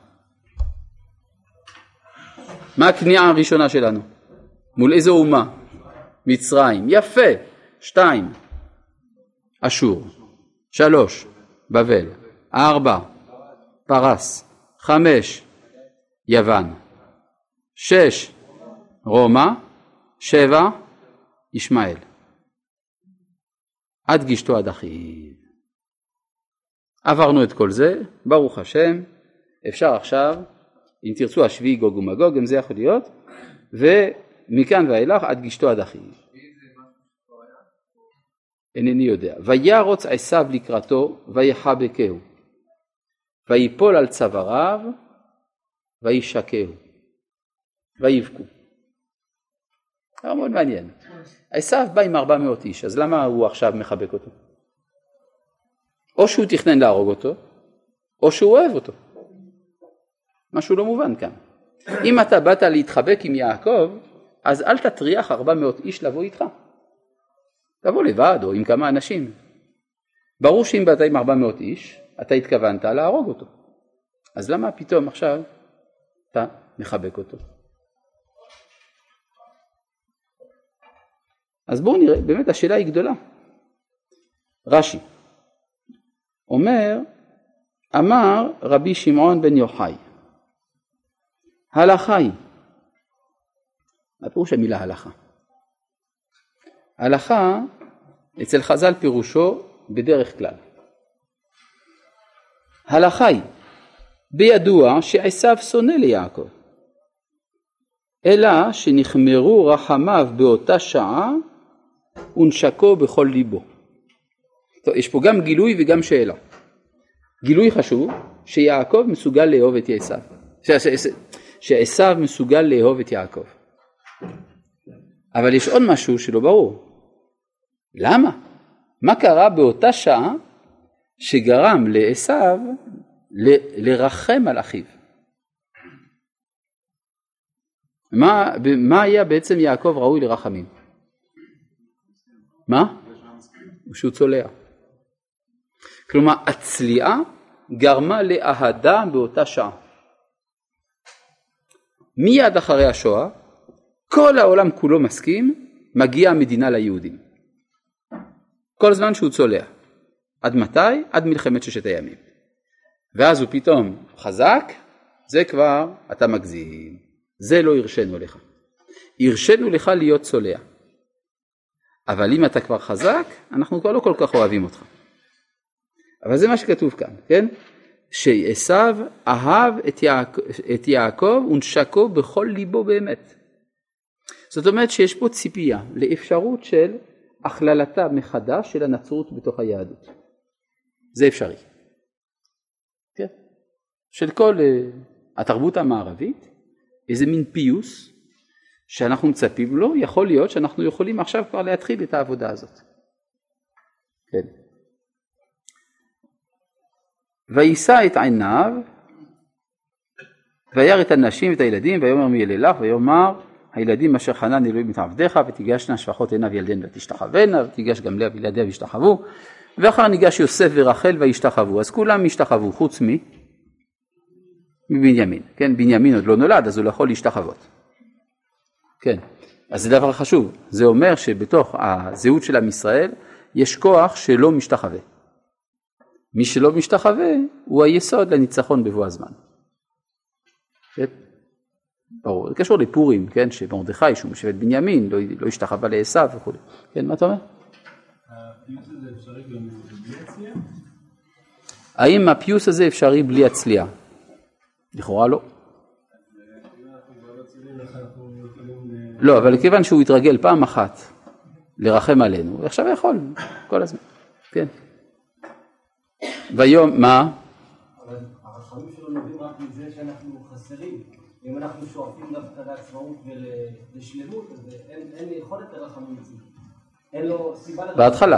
מה הכניעה הראשונה שלנו? מול איזו אומה? מצרים. יפה. שתיים, אשור. שלוש, בבל. ארבע, פרס. חמש, יוון. שש, רומא. שבע, ישמעאל. עד גשתו עד אחיו. עברנו את כל זה, ברוך השם, אפשר עכשיו, אם תרצו השביעי גוג ומגוג, גם זה יכול להיות, ומכאן ואילך עד גשתו עד אחיו. אינני יודע. וירוץ עשיו לקראתו, ויחבקהו, ויפול על צוואריו, וישקהו, ויבכו. מאוד מעניין. עשיו בא עם ארבע מאות איש, אז למה הוא עכשיו מחבק אותו? או שהוא תכנן להרוג אותו, או שהוא אוהב אותו. משהו לא מובן כאן. אם אתה באת להתחבק עם יעקב, אז אל תטריח ארבע מאות איש לבוא איתך. תבוא לבד או עם כמה אנשים. ברור שאם באת עם ארבע מאות איש, אתה התכוונת להרוג אותו. אז למה פתאום עכשיו אתה מחבק אותו? אז בואו נראה, באמת השאלה היא גדולה. רש"י אומר, אמר רבי שמעון בן יוחאי, הלכה היא, מה פירוש המילה הלכה? הלכה אצל חז"ל פירושו בדרך כלל. הלכה היא, בידוע שעשיו שונא ליעקב, אלא שנחמרו רחמיו באותה שעה ונשקו בכל ליבו. טוב, יש פה גם גילוי וגם שאלה. גילוי חשוב שיעקב מסוגל לאהוב את עשיו. שעשיו מסוגל לאהוב את יעקב. אבל יש עוד משהו שלא ברור. למה? מה קרה באותה שעה שגרם לעשיו ל- לרחם על אחיו? מה, מה היה בעצם יעקב ראוי לרחמים? מה? שהוא צולע. כלומר, הצליעה גרמה לאהדה באותה שעה. מיד אחרי השואה, כל העולם כולו מסכים, מגיעה המדינה ליהודים. כל זמן שהוא צולע. עד מתי? עד מלחמת ששת הימים. ואז הוא פתאום חזק, זה כבר אתה מגזים. זה לא הרשנו לך. הרשנו לך להיות צולע. אבל אם אתה כבר חזק, אנחנו כבר לא כל כך אוהבים אותך. אבל זה מה שכתוב כאן, כן? שעשיו אהב את יעקב, את יעקב ונשקו בכל ליבו באמת. זאת אומרת שיש פה ציפייה לאפשרות של הכללתה מחדש של הנצרות בתוך היהדות. זה אפשרי. כן? של כל uh, התרבות המערבית, איזה מין פיוס שאנחנו מצפים לו, יכול להיות שאנחנו יכולים עכשיו כבר להתחיל את העבודה הזאת. כן. וישא את עיניו, וירא את הנשים ואת הילדים, ויאמר מי אלה לך, ויאמר הילדים אשר חנן אלוהים את עבדיך, ותיגשנה שפחות עיניו ילדיהן ותשתחוונה, ותיגש גם לאה וילדיה וישתחוו, ואחר ניגש יוסף ורחל וישתחוו. אז כולם ישתחוו חוץ מי? מבנימין. כן, בנימין עוד לא נולד, אז הוא לא יכול להשתחוות. כן, אז זה דבר חשוב. זה אומר שבתוך הזהות של עם ישראל יש כוח שלא משתחווה. מי שלא משתחווה הוא היסוד לניצחון בבוא הזמן. כן? ברור, זה קשור לפורים, כן, שמרדכי שהוא משבט בנימין לא, לא השתחווה לעשיו וכו'. כן, מה אתה אומר? הפיוס הזה אפשרי גם בלי הצליעה? האם הפיוס הזה אפשרי בלי הצליעה? לכאורה לא. אם אנחנו כבר לא לא, אבל כיוון שהוא התרגל פעם אחת לרחם עלינו, עכשיו יכול כל הזמן, כן. ויום, מה? אבל הרחמים שלו נובעים רק מזה שאנחנו חסרים. אם אנחנו שואפים דווקא לעצמאות ולשלמות, אז אין לי יכולת לרחמים אצלי. אין לו סיבה... בהתחלה.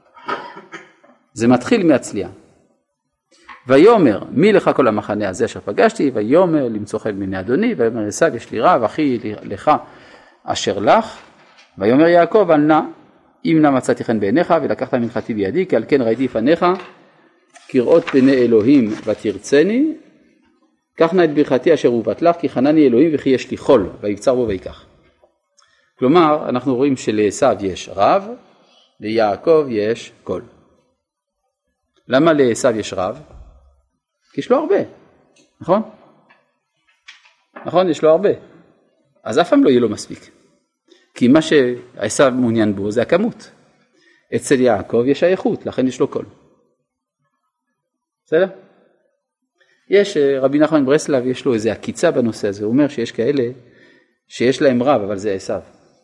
זה מתחיל מהצליעה. ויאמר, מי לך כל המחנה הזה אשר פגשתי, ויאמר למצוא חן בעיני אדוני, ויאמר עשיו יש לי רב, אחי לך אשר לך, ויאמר יעקב אל נא, אם נא מצאתי חן בעיניך, ולקחת מנחתי בידי, כי על כן ראיתי לפניך, כראות פני אלוהים ותרצני, קח נא את ברכתי אשר הובט לך, כי חנני אלוהים וכי יש לי חול, ויבצר בו ויקח. כלומר, אנחנו רואים שלעשיו יש רב, ליעקב יש קול. למה לעשיו יש רב? כי יש לו הרבה, נכון? נכון, יש לו הרבה. אז אף פעם לא יהיה לו מספיק. כי מה שעשיו מעוניין בו זה הכמות. אצל יעקב יש האיכות, לכן יש לו קול. בסדר? יש, רבי נחמן ברסלב, יש לו איזו עקיצה בנושא הזה. הוא אומר שיש כאלה שיש להם רב, אבל זה עשיו.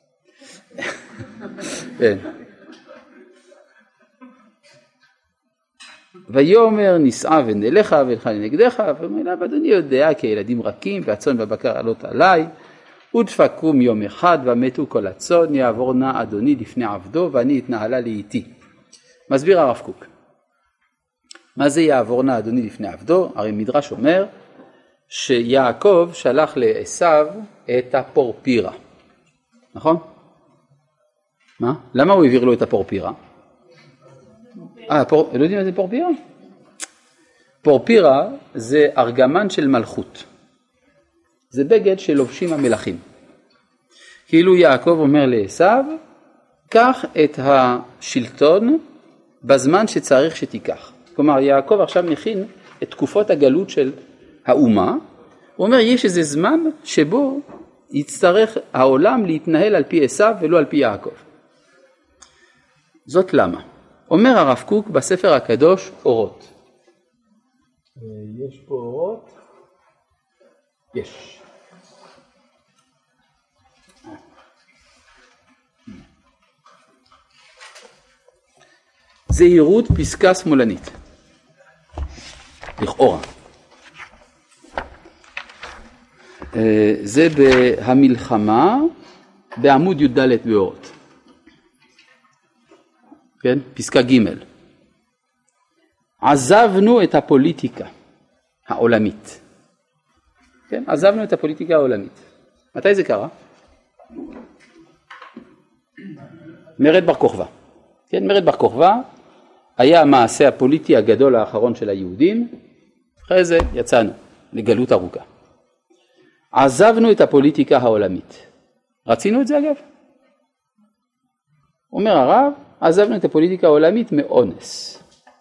כן. ויאמר נישאה ונלך ולך לנגדך, ואומר אדוני יודע כי הילדים רכים והצאן והבקר עלות עליי, ודפקום יום אחד ומתו כל הצאן, יעבור נא אדוני לפני עבדו ואני אתנהלה לאיתי. מסביר הרב קוק. מה זה יעבור נא אדוני לפני עבדו? הרי מדרש אומר שיעקב שלח לעשיו את הפורפירה. נכון? מה? למה הוא העביר לו את הפורפירה? אה, פור... לא יודעים מה זה פורפירה? פורפירה זה ארגמן של מלכות. זה בגד שלובשים המלכים. כאילו יעקב אומר לעשיו, קח את השלטון בזמן שצריך שתיקח. כלומר, יעקב עכשיו מכין את תקופות הגלות של האומה. הוא אומר, יש איזה זמן שבו יצטרך העולם להתנהל על פי עשיו ולא על פי יעקב. זאת למה? אומר הרב קוק בספר הקדוש אורות. יש פה אורות? יש. זהירות פסקה שמאלנית. לכאורה. זה בהמלחמה בעמוד י"ד באורות. כן? פסקה ג' עזבנו את הפוליטיקה העולמית. כן? עזבנו את הפוליטיקה העולמית. מתי זה קרה? מרד בר כוכבא. כן? מרד בר כוכבא היה המעשה הפוליטי הגדול האחרון של היהודים. אחרי זה יצאנו לגלות ארוכה. עזבנו את הפוליטיקה העולמית. רצינו את זה אגב? אומר הרב, עזבנו את הפוליטיקה העולמית מאונס,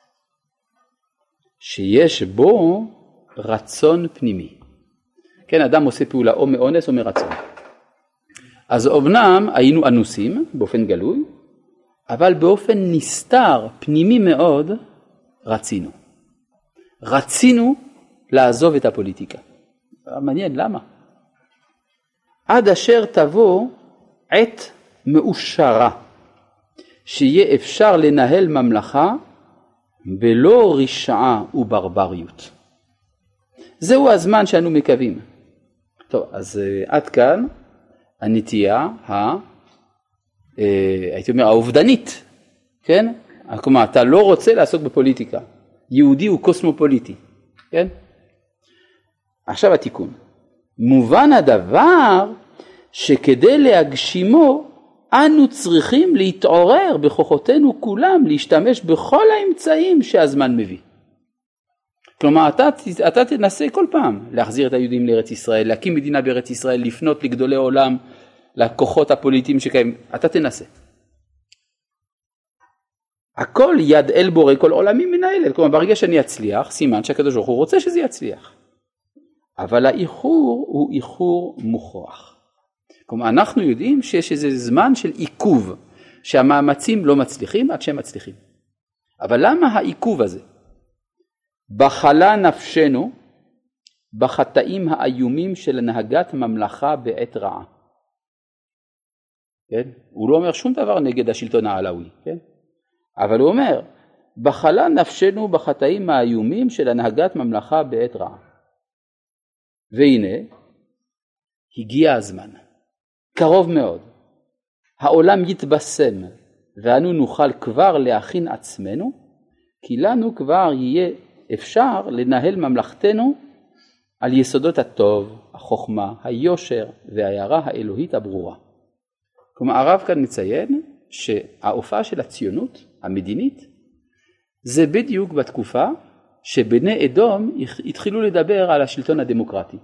שיש בו רצון פנימי. כן, אדם עושה פעולה או מאונס או מרצון. אז אמנם היינו אנוסים באופן גלוי, אבל באופן נסתר, פנימי מאוד, רצינו. רצינו לעזוב את הפוליטיקה. מעניין, למה? עד אשר תבוא עת מאושרה, שיהיה אפשר לנהל ממלכה בלא רשעה וברבריות. זהו הזמן שאנו מקווים. טוב, אז uh, עד כאן הנטייה, ה, uh, הייתי אומר, האובדנית, כן? כלומר, אתה לא רוצה לעסוק בפוליטיקה. יהודי הוא קוסמופוליטי, כן? עכשיו התיקון. מובן הדבר שכדי להגשימו, אנו צריכים להתעורר בכוחותינו כולם, להשתמש בכל האמצעים שהזמן מביא. כלומר, אתה, אתה תנסה כל פעם להחזיר את היהודים לארץ ישראל, להקים מדינה בארץ ישראל, לפנות לגדולי עולם, לכוחות הפוליטיים שקיים, אתה תנסה. הכל יד אל בורא כל עולמי מנהל, כלומר, ברגע שאני אצליח, סימן שהקדוש ברוך הוא רוצה שזה יצליח. אבל האיחור הוא איחור מוכרח. כלומר, אנחנו יודעים שיש איזה זמן של עיכוב, שהמאמצים לא מצליחים עד שהם מצליחים. אבל למה העיכוב הזה? בחלה נפשנו בחטאים האיומים של הנהגת ממלכה בעת רעה. כן? הוא לא אומר שום דבר נגד השלטון העלאווי, כן? אבל הוא אומר, בחלה נפשנו בחטאים האיומים של הנהגת ממלכה בעת רעה. והנה, הגיע הזמן, קרוב מאוד, העולם יתבשם, ואנו נוכל כבר להכין עצמנו, כי לנו כבר יהיה אפשר לנהל ממלכתנו על יסודות הטוב, החוכמה, היושר וההערה האלוהית הברורה. כלומר, הרב כאן מציין שההופעה של הציונות המדינית זה בדיוק בתקופה שבני אדום התחילו לדבר על השלטון הדמוקרטי.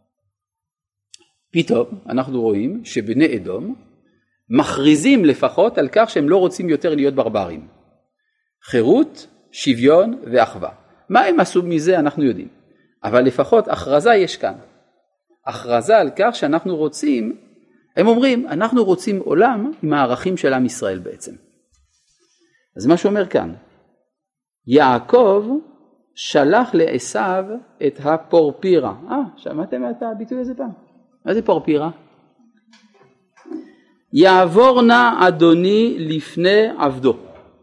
פתאום אנחנו רואים שבני אדום מכריזים לפחות על כך שהם לא רוצים יותר להיות ברברים. חירות, שוויון ואחווה. מה הם עשו מזה אנחנו יודעים. אבל לפחות הכרזה יש כאן. הכרזה על כך שאנחנו רוצים, הם אומרים, אנחנו רוצים עולם עם הערכים של עם ישראל בעצם. אז מה שאומר כאן, יעקב שלח לעשיו את הפורפירה. אה, שמעתם את הביטוי הזה פעם? מה זה פורפירה? יעבור נא אדוני לפני עבדו.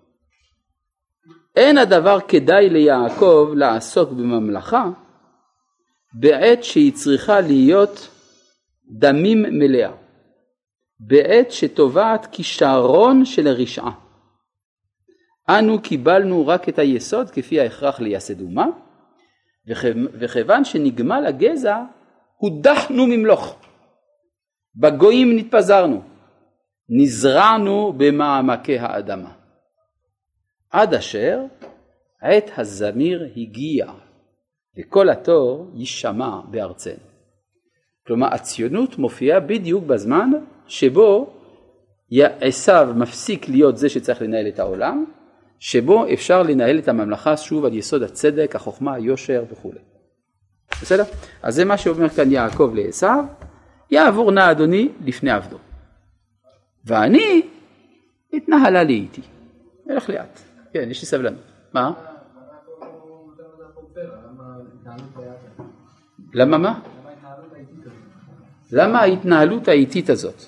אין הדבר כדאי ליעקב לעסוק בממלכה בעת שהיא צריכה להיות דמים מלאה, בעת שטובעת כישרון של רשעה. אנו קיבלנו רק את היסוד כפי ההכרח לייסד אומה, וכיוון שנגמל הגזע הודחנו ממלוך, בגויים נתפזרנו, נזרענו במעמקי האדמה, עד אשר עת הזמיר הגיע וכל התור יישמע בארצנו. כלומר הציונות מופיעה בדיוק בזמן שבו עשיו מפסיק להיות זה שצריך לנהל את העולם, שבו אפשר לנהל את הממלכה שוב על יסוד הצדק, החוכמה, היושר וכו'. בסדר? אז זה מה שאומר כאן יעקב לעשיו, יעבור נא אדוני לפני עבדו. ואני התנהלה לי איתי. הלך לאט. כן, יש לי סבלנות. מה? למה מה? למה ההתנהלות האיטית הזאת?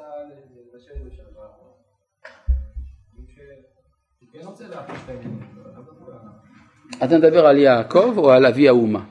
אתה מדבר על יעקב או על אבי האומה?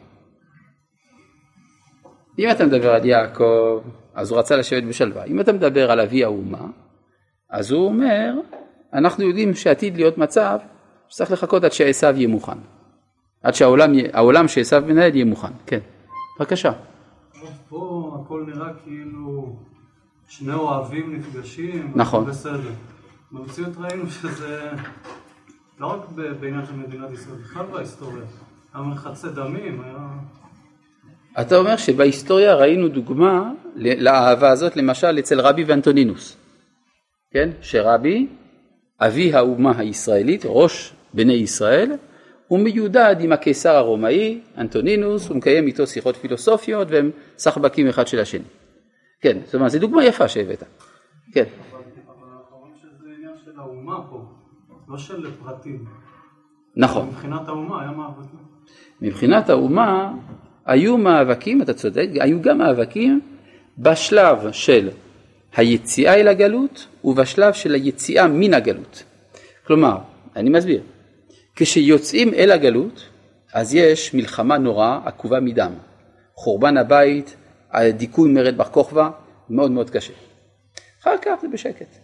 אם אתה מדבר על יעקב, אז הוא רצה לשבת בשלווה. אם אתה מדבר על אבי האומה, אז הוא אומר, אנחנו יודעים שעתיד להיות מצב שצריך לחכות עד שעשיו יהיה מוכן. עד שהעולם העולם שעשיו מנהל יהיה מוכן. כן, בבקשה. פה הכל נראה כאילו שני אוהבים נפגשים. נכון. בסדר. במציאות ראינו שזה לא רק בעניין של מדינת ישראל, בכלל בהיסטוריה. היה מרחצי דמים, היה... אתה אומר שבהיסטוריה ראינו דוגמה לאהבה הזאת, למשל אצל רבי ואנטונינוס. כן? שרבי, אבי האומה הישראלית, ראש בני ישראל, הוא מיודד עם הקיסר הרומאי, אנטונינוס, הוא מקיים איתו שיחות פילוסופיות, והם סחבקים אחד של השני. כן, זאת אומרת, זו דוגמה יפה שהבאת. כן. אבל אנחנו רואים שזה עניין של האומה פה, לא של פרטים. נכון. מבחינת האומה היה מאבקים. מבחינת האומה היו מאבקים, אתה צודק, היו גם מאבקים בשלב של היציאה אל הגלות ובשלב של היציאה מן הגלות. כלומר, אני מסביר, כשיוצאים אל הגלות, אז יש מלחמה נוראה עקובה מדם. חורבן הבית, דיכוי מרד בר כוכבא, מאוד מאוד קשה. אחר כך זה בשקט.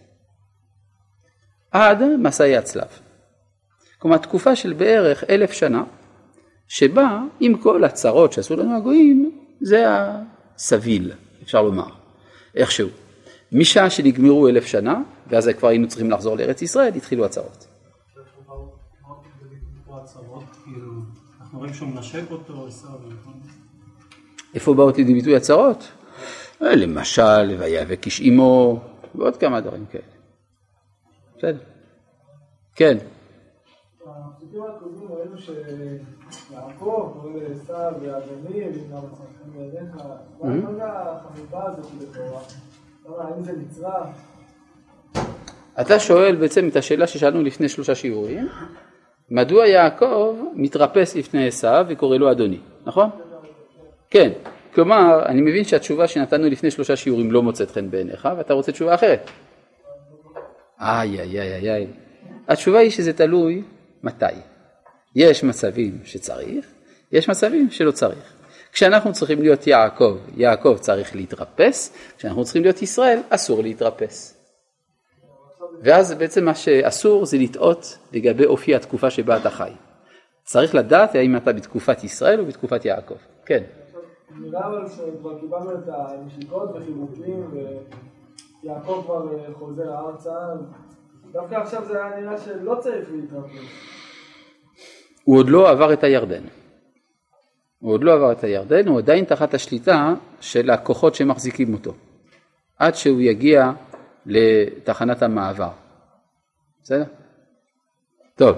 עד מסעי הצלב. כלומר, תקופה של בערך אלף שנה, שבה עם כל הצרות שעשו לנו הגויים, זה הסביל, אפשר לומר, איכשהו. משעה שנגמרו אלף שנה, ואז כבר היינו צריכים לחזור לארץ ישראל, התחילו הצרות. אנחנו רואים שהוא מנשק אותו, איפה באו לידי ביטוי הצרות? למשל, ויאבק איש אמו, ועוד כמה דברים כאלה. בסדר. כן. הפסוקים הקודמים ראינו שיעקב קורא לעשיו ואדוני וגם הצרכים בעיניך. מה זה החביבה הזאת בתורה? האם זה מצרה? אתה שואל בעצם את השאלה ששאלנו לפני שלושה שיעורים, מדוע יעקב מתרפס לפני עשיו וקורא לו אדוני, נכון? כן, כלומר, אני מבין שהתשובה שנתנו לפני שלושה שיעורים לא מוצאת חן בעיניך, ואתה רוצה תשובה אחרת. איי, איי, איי, איי. התשובה היא שזה תלוי מתי. יש מצבים שצריך, יש מצבים שלא צריך. כשאנחנו צריכים להיות יעקב, יעקב צריך להתרפס, כשאנחנו צריכים להיות ישראל, אסור להתרפס. ואז בעצם מה שאסור זה לטעות לגבי אופי התקופה שבה אתה חי. צריך לדעת האם אתה בתקופת ישראל או בתקופת יעקב. כן. נראה אבל שכבר קיבלנו את הנשיקות וחיבוקים ויעקב כבר חוזר ארצה, דווקא עכשיו זה היה נראה שלא צריך להתרפס. הוא עוד לא עבר את הירדן. הוא עוד לא עבר את הירדן, הוא עדיין תחת השליטה של הכוחות שמחזיקים אותו. עד שהוא יגיע לתחנת המעבר. בסדר? טוב.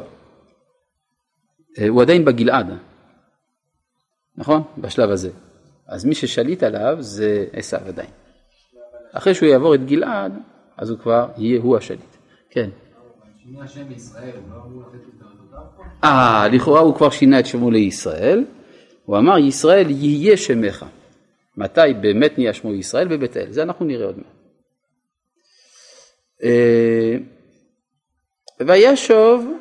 הוא עדיין בגלעד. נכון? בשלב הזה. אז מי ששליט עליו זה עשיו עדיין. אחרי שהוא יעבור את גלעד, אז הוא כבר יהיה הוא השליט. כן. שינה השם ישראל, הוא לא אמור לתת את הרדותיו פה? אה, לכאורה הוא כבר שינה את שמו לישראל. הוא אמר, ישראל יהיה שמך. מתי באמת נהיה שמו ישראל? בבית אל. זה אנחנו נראה עוד מעט. וישוב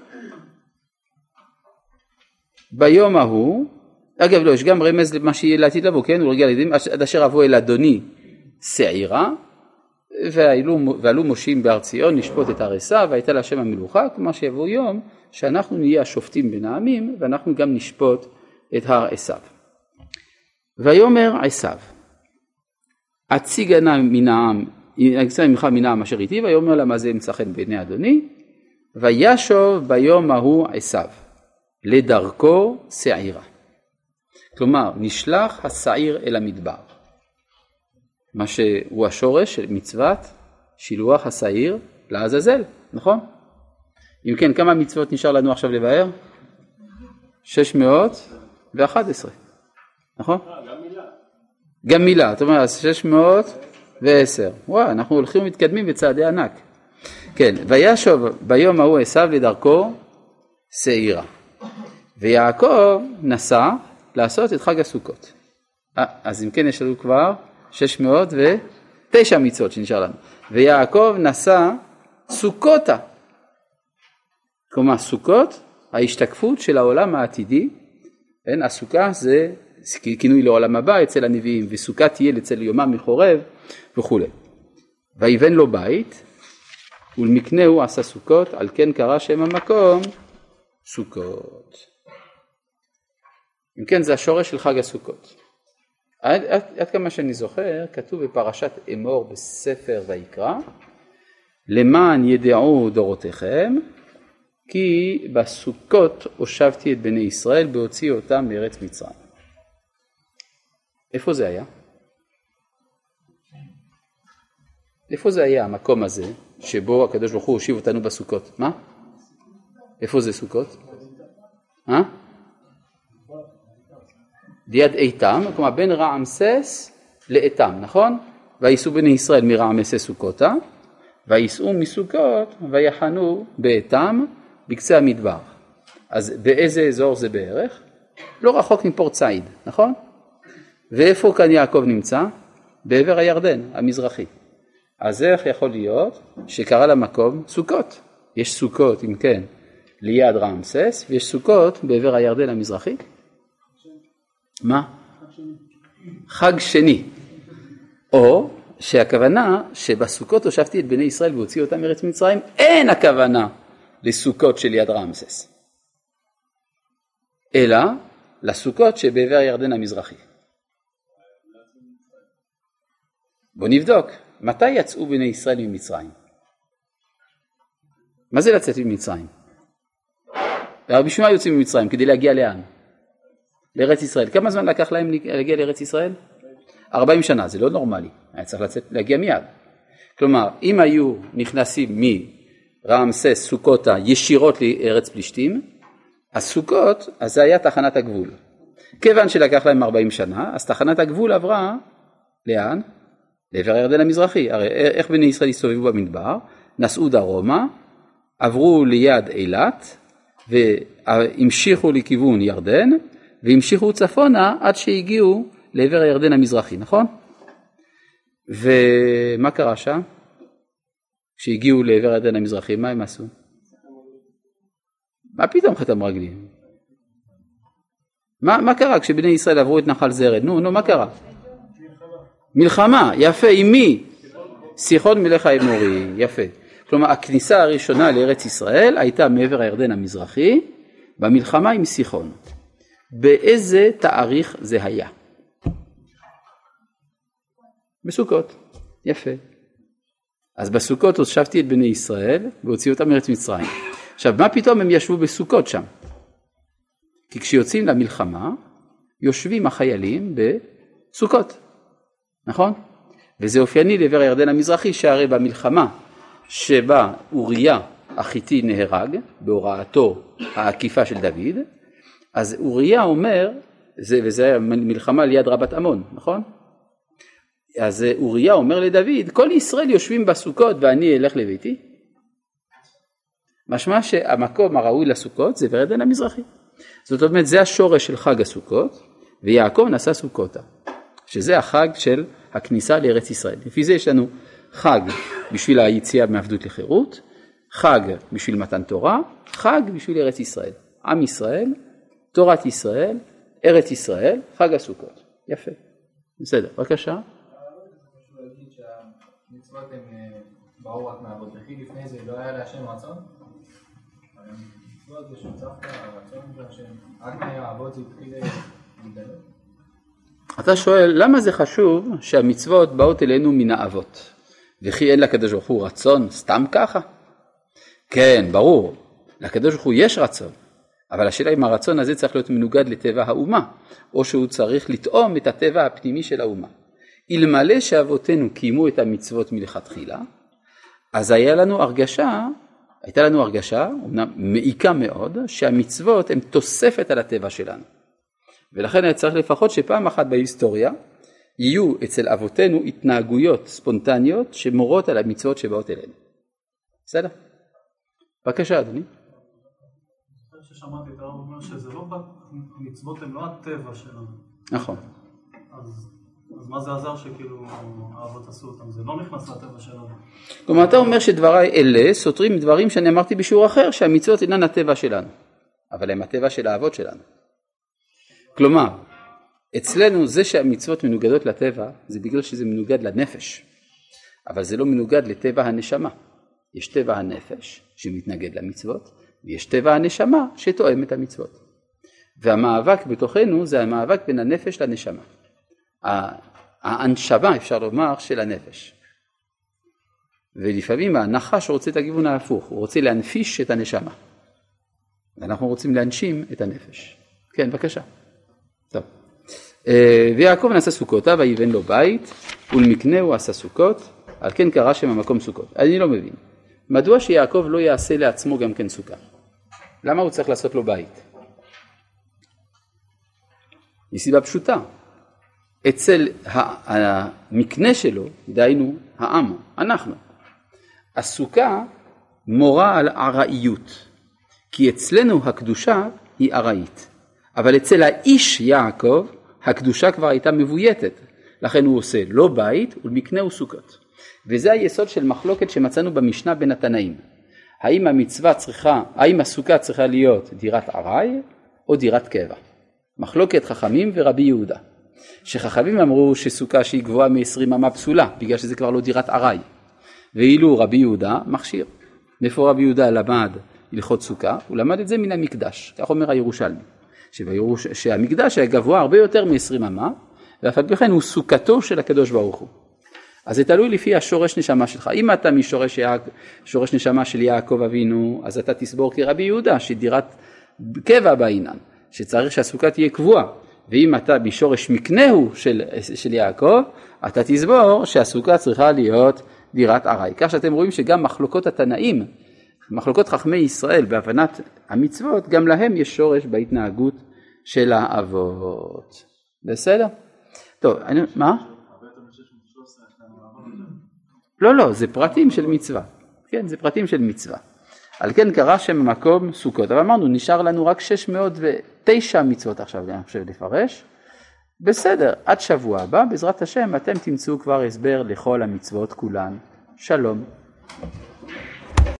ביום ההוא, אגב לא, יש גם רמז למה שיהיה לעתיד לבוא, כן? הוא רגיל לידים, עד אשר אבוא אל אדוני שעירה, ועלו, ועלו מושים בהר ציון לשפוט את הר עשיו, והייתה להשם המלוכה, כלומר שיבוא יום שאנחנו נהיה השופטים בין העמים, ואנחנו גם נשפוט את הר עשיו. ויאמר עשיו, אציגנה מן העם, אציגנה ממך מן העם אשר איתי, ויאמר למה זה ימצא חן בעיני אדוני, וישוב ביום ההוא עשיו, לדרכו שעירה. כלומר, נשלח השעיר אל המדבר. מה שהוא השורש של מצוות שילוח השעיר לעזאזל, נכון? אם כן, כמה מצוות נשאר לנו עכשיו לבאר? שש מאות ואחת עשרה, נכון? גם מילה. גם מילה, זאת אומרת, שש מאות ועשר. וואו, אנחנו הולכים ומתקדמים בצעדי ענק. כן, וישוב ביום ההוא עשיו לדרכו שעירה. ויעקב נסע לעשות את חג הסוכות. 아, אז אם כן יש לנו כבר שש מאות ותשע מצוות שנשאר לנו. ויעקב נסע סוכותה. כלומר סוכות, ההשתקפות של העולם העתידי, אין, הסוכה זה כינוי לעולם הבא אצל הנביאים, וסוכה תהיה אצל יומם מחורב וכו'. ויבן לו בית, ולמקנהו עשה סוכות, על כן קרא שם המקום סוכות. אם כן, זה השורש של חג הסוכות. עד, עד, עד כמה שאני זוכר, כתוב בפרשת אמור בספר ויקרא, למען ידעו דורותיכם, כי בסוכות הושבתי את בני ישראל בהוציא אותם מארץ מצרים. איפה זה היה? איפה זה היה המקום הזה, שבו הקדוש ברוך הוא הושיב אותנו בסוכות? מה? איפה זה סוכות? אה? ליד איתם, כלומר בין רעמסס לאיתם, נכון? וייסעו בני ישראל מרעמסס סוכותה, וייסעו מסוכות ויחנו באיתם בקצה המדבר. אז באיזה אזור זה בערך? לא רחוק מפורט סעיד, נכון? ואיפה כאן יעקב נמצא? בעבר הירדן, המזרחי. אז איך יכול להיות שקרא למקום סוכות? יש סוכות, אם כן, ליד רעמסס, ויש סוכות בעבר הירדן המזרחי. מה? חג שני. או שהכוונה שבסוכות הושבתי את בני ישראל והוציא אותם מארץ מצרים, אין הכוונה לסוכות של יד רעמסס, אלא לסוכות שבעבר הירדן המזרחי. בוא נבדוק, מתי יצאו בני ישראל ממצרים? מה זה לצאת ממצרים? בשביל מה יוצאים ממצרים? כדי להגיע לאן? לארץ ישראל. כמה זמן לקח להם להגיע לארץ ישראל? ארבעים שנה, זה לא נורמלי. היה צריך לצאת, להגיע מיד. כלומר, אם היו נכנסים מרעמסס סוכותה ישירות לארץ פלישתים, הסוכות, אז זה היה תחנת הגבול. כיוון שלקח להם ארבעים שנה, אז תחנת הגבול עברה, לאן? לעבר הירדן המזרחי. הרי איך בני ישראל הסתובבו במדבר? נסעו דרומה, עברו ליד אילת, והמשיכו לכיוון ירדן, והמשיכו צפונה עד שהגיעו לעבר הירדן המזרחי, נכון? ומה קרה שם? כשהגיעו לעבר הירדן המזרחי, מה הם עשו? מה פתאום חתם רגלים? מה, מה קרה כשבני ישראל עברו את נחל זרד? נו, נו, מה קרה? מלחמה, יפה, עם מי? סיחון מלך האמורי, יפה. כלומר, הכניסה הראשונה לארץ ישראל הייתה מעבר הירדן המזרחי, במלחמה עם סיחון. באיזה תאריך זה היה? בסוכות, יפה. אז בסוכות הושבתי את בני ישראל והוציאו אותם מארץ מצרים. עכשיו, מה פתאום הם ישבו בסוכות שם? כי כשיוצאים למלחמה, יושבים החיילים בסוכות, נכון? וזה אופייני לעבר הירדן המזרחי, שהרי במלחמה שבה אוריה החיתי נהרג, בהוראתו העקיפה של דוד, אז אוריה אומר, זה, וזה היה מלחמה ליד רבת עמון, נכון? אז אוריה אומר לדוד, כל ישראל יושבים בסוכות ואני אלך לביתי. משמע שהמקום הראוי לסוכות זה הירדן המזרחי. זאת אומרת, זה השורש של חג הסוכות, ויעקב נשא סוכותה, שזה החג של הכניסה לארץ ישראל. לפי זה יש לנו חג בשביל היציאה מעבדות לחירות, חג בשביל מתן תורה, חג בשביל ארץ ישראל. עם ישראל, תורת ישראל, ארץ ישראל, חג הסוכות. יפה. בסדר, בבקשה. המצוות הם באו רק מהאבות, וכי לפני זה לא היה להשם רצון? המצוות זה שוצפת הרצון והשם, רק מהאבות זה התחיל להתגלות. אתה שואל, למה זה חשוב שהמצוות באות אלינו מן האבות? וכי אין לקדוש ברוך הוא רצון סתם ככה? כן, ברור, לקדוש ברוך הוא יש רצון, אבל השאלה אם הרצון הזה צריך להיות מנוגד לטבע האומה, או שהוא צריך לטעום את הטבע הפנימי של האומה. אלמלא שאבותינו קיימו את המצוות מלכתחילה, אז היה לנו הרגשה, הייתה לנו הרגשה, אמנם מעיקה מאוד, שהמצוות הן תוספת על הטבע שלנו. ולכן היה צריך לפחות שפעם אחת בהיסטוריה, יהיו אצל אבותינו התנהגויות ספונטניות שמורות על המצוות שבאות אלינו. בסדר? בבקשה, אדוני. אני חושב ששמעתי את הרב אומר שזה לא, המצוות הן לא הטבע שלנו. נכון. אז... אז מה זה עזר שכאילו האבות עשו אותם? זה לא נכנס לטבע שלנו. כלומר, אתה אומר שדבריי אלה סותרים דברים שאני אמרתי בשיעור אחר, שהמצוות אינן הטבע שלנו, אבל הם הטבע של האבות שלנו. כלומר, אצלנו זה שהמצוות מנוגדות לטבע, זה בגלל שזה מנוגד לנפש, אבל זה לא מנוגד לטבע הנשמה. יש טבע הנפש שמתנגד למצוות, ויש טבע הנשמה שתואם את המצוות. והמאבק בתוכנו זה המאבק בין הנפש לנשמה. ההנשמה אפשר לומר של הנפש, ולפעמים הנחש רוצה את הכיוון ההפוך, הוא רוצה להנפיש את הנשמה, ואנחנו רוצים להנשים את הנפש. כן, בבקשה. טוב. ויעקב נעשה סוכותה ויבן לו בית, ולמקנהו עשה סוכות, על כן קרא שם המקום סוכות. אני לא מבין, מדוע שיעקב לא יעשה לעצמו גם כן סוכה? למה הוא צריך לעשות לו בית? מסיבה פשוטה, אצל המקנה שלו, דהיינו העם, אנחנו, הסוכה מורה על עראיות, כי אצלנו הקדושה היא עראית, אבל אצל האיש יעקב הקדושה כבר הייתה מבויתת, לכן הוא עושה לא בית ולמקנה הוא סוכות. וזה היסוד של מחלוקת שמצאנו במשנה בין התנאים. האם המצווה צריכה, האם הסוכה צריכה להיות דירת עראי או דירת קבע? מחלוקת חכמים ורבי יהודה. שחכמים אמרו שסוכה שהיא גבוהה מ-עשרים אמה פסולה, בגלל שזה כבר לא דירת עראי. ואילו רבי יהודה מכשיר. מאיפה רבי יהודה למד הלכות סוכה? הוא למד את זה מן המקדש, כך אומר הירושלמי. שבירוש... שהמקדש היה גבוה הרבה יותר מ-עשרים אמה, ואף על פי כן הוא סוכתו של הקדוש ברוך הוא. אז זה תלוי לפי השורש נשמה שלך. אם אתה משורש יעק... שורש נשמה של יעקב אבינו, אז אתה תסבור כרבי יהודה, שדירת קבע בעינן, שצריך שהסוכה תהיה קבועה. ואם אתה בשורש מקנהו של, של יעקב, אתה תסבור שהסוכה צריכה להיות דירת עראי. כך שאתם רואים שגם מחלוקות התנאים, מחלוקות חכמי ישראל בהבנת המצוות, גם להם יש שורש בהתנהגות של האבות. בסדר? טוב, אני, מה? לא, לא, זה פרטים של מצווה. כן, זה פרטים של מצווה. על כן קרא שם המקום סוכות. אבל אמרנו, נשאר לנו רק שש מאות ותשע מצוות עכשיו, אני חושב לפרש. בסדר, עד שבוע הבא, בעזרת השם, אתם תמצאו כבר הסבר לכל המצוות כולן. שלום.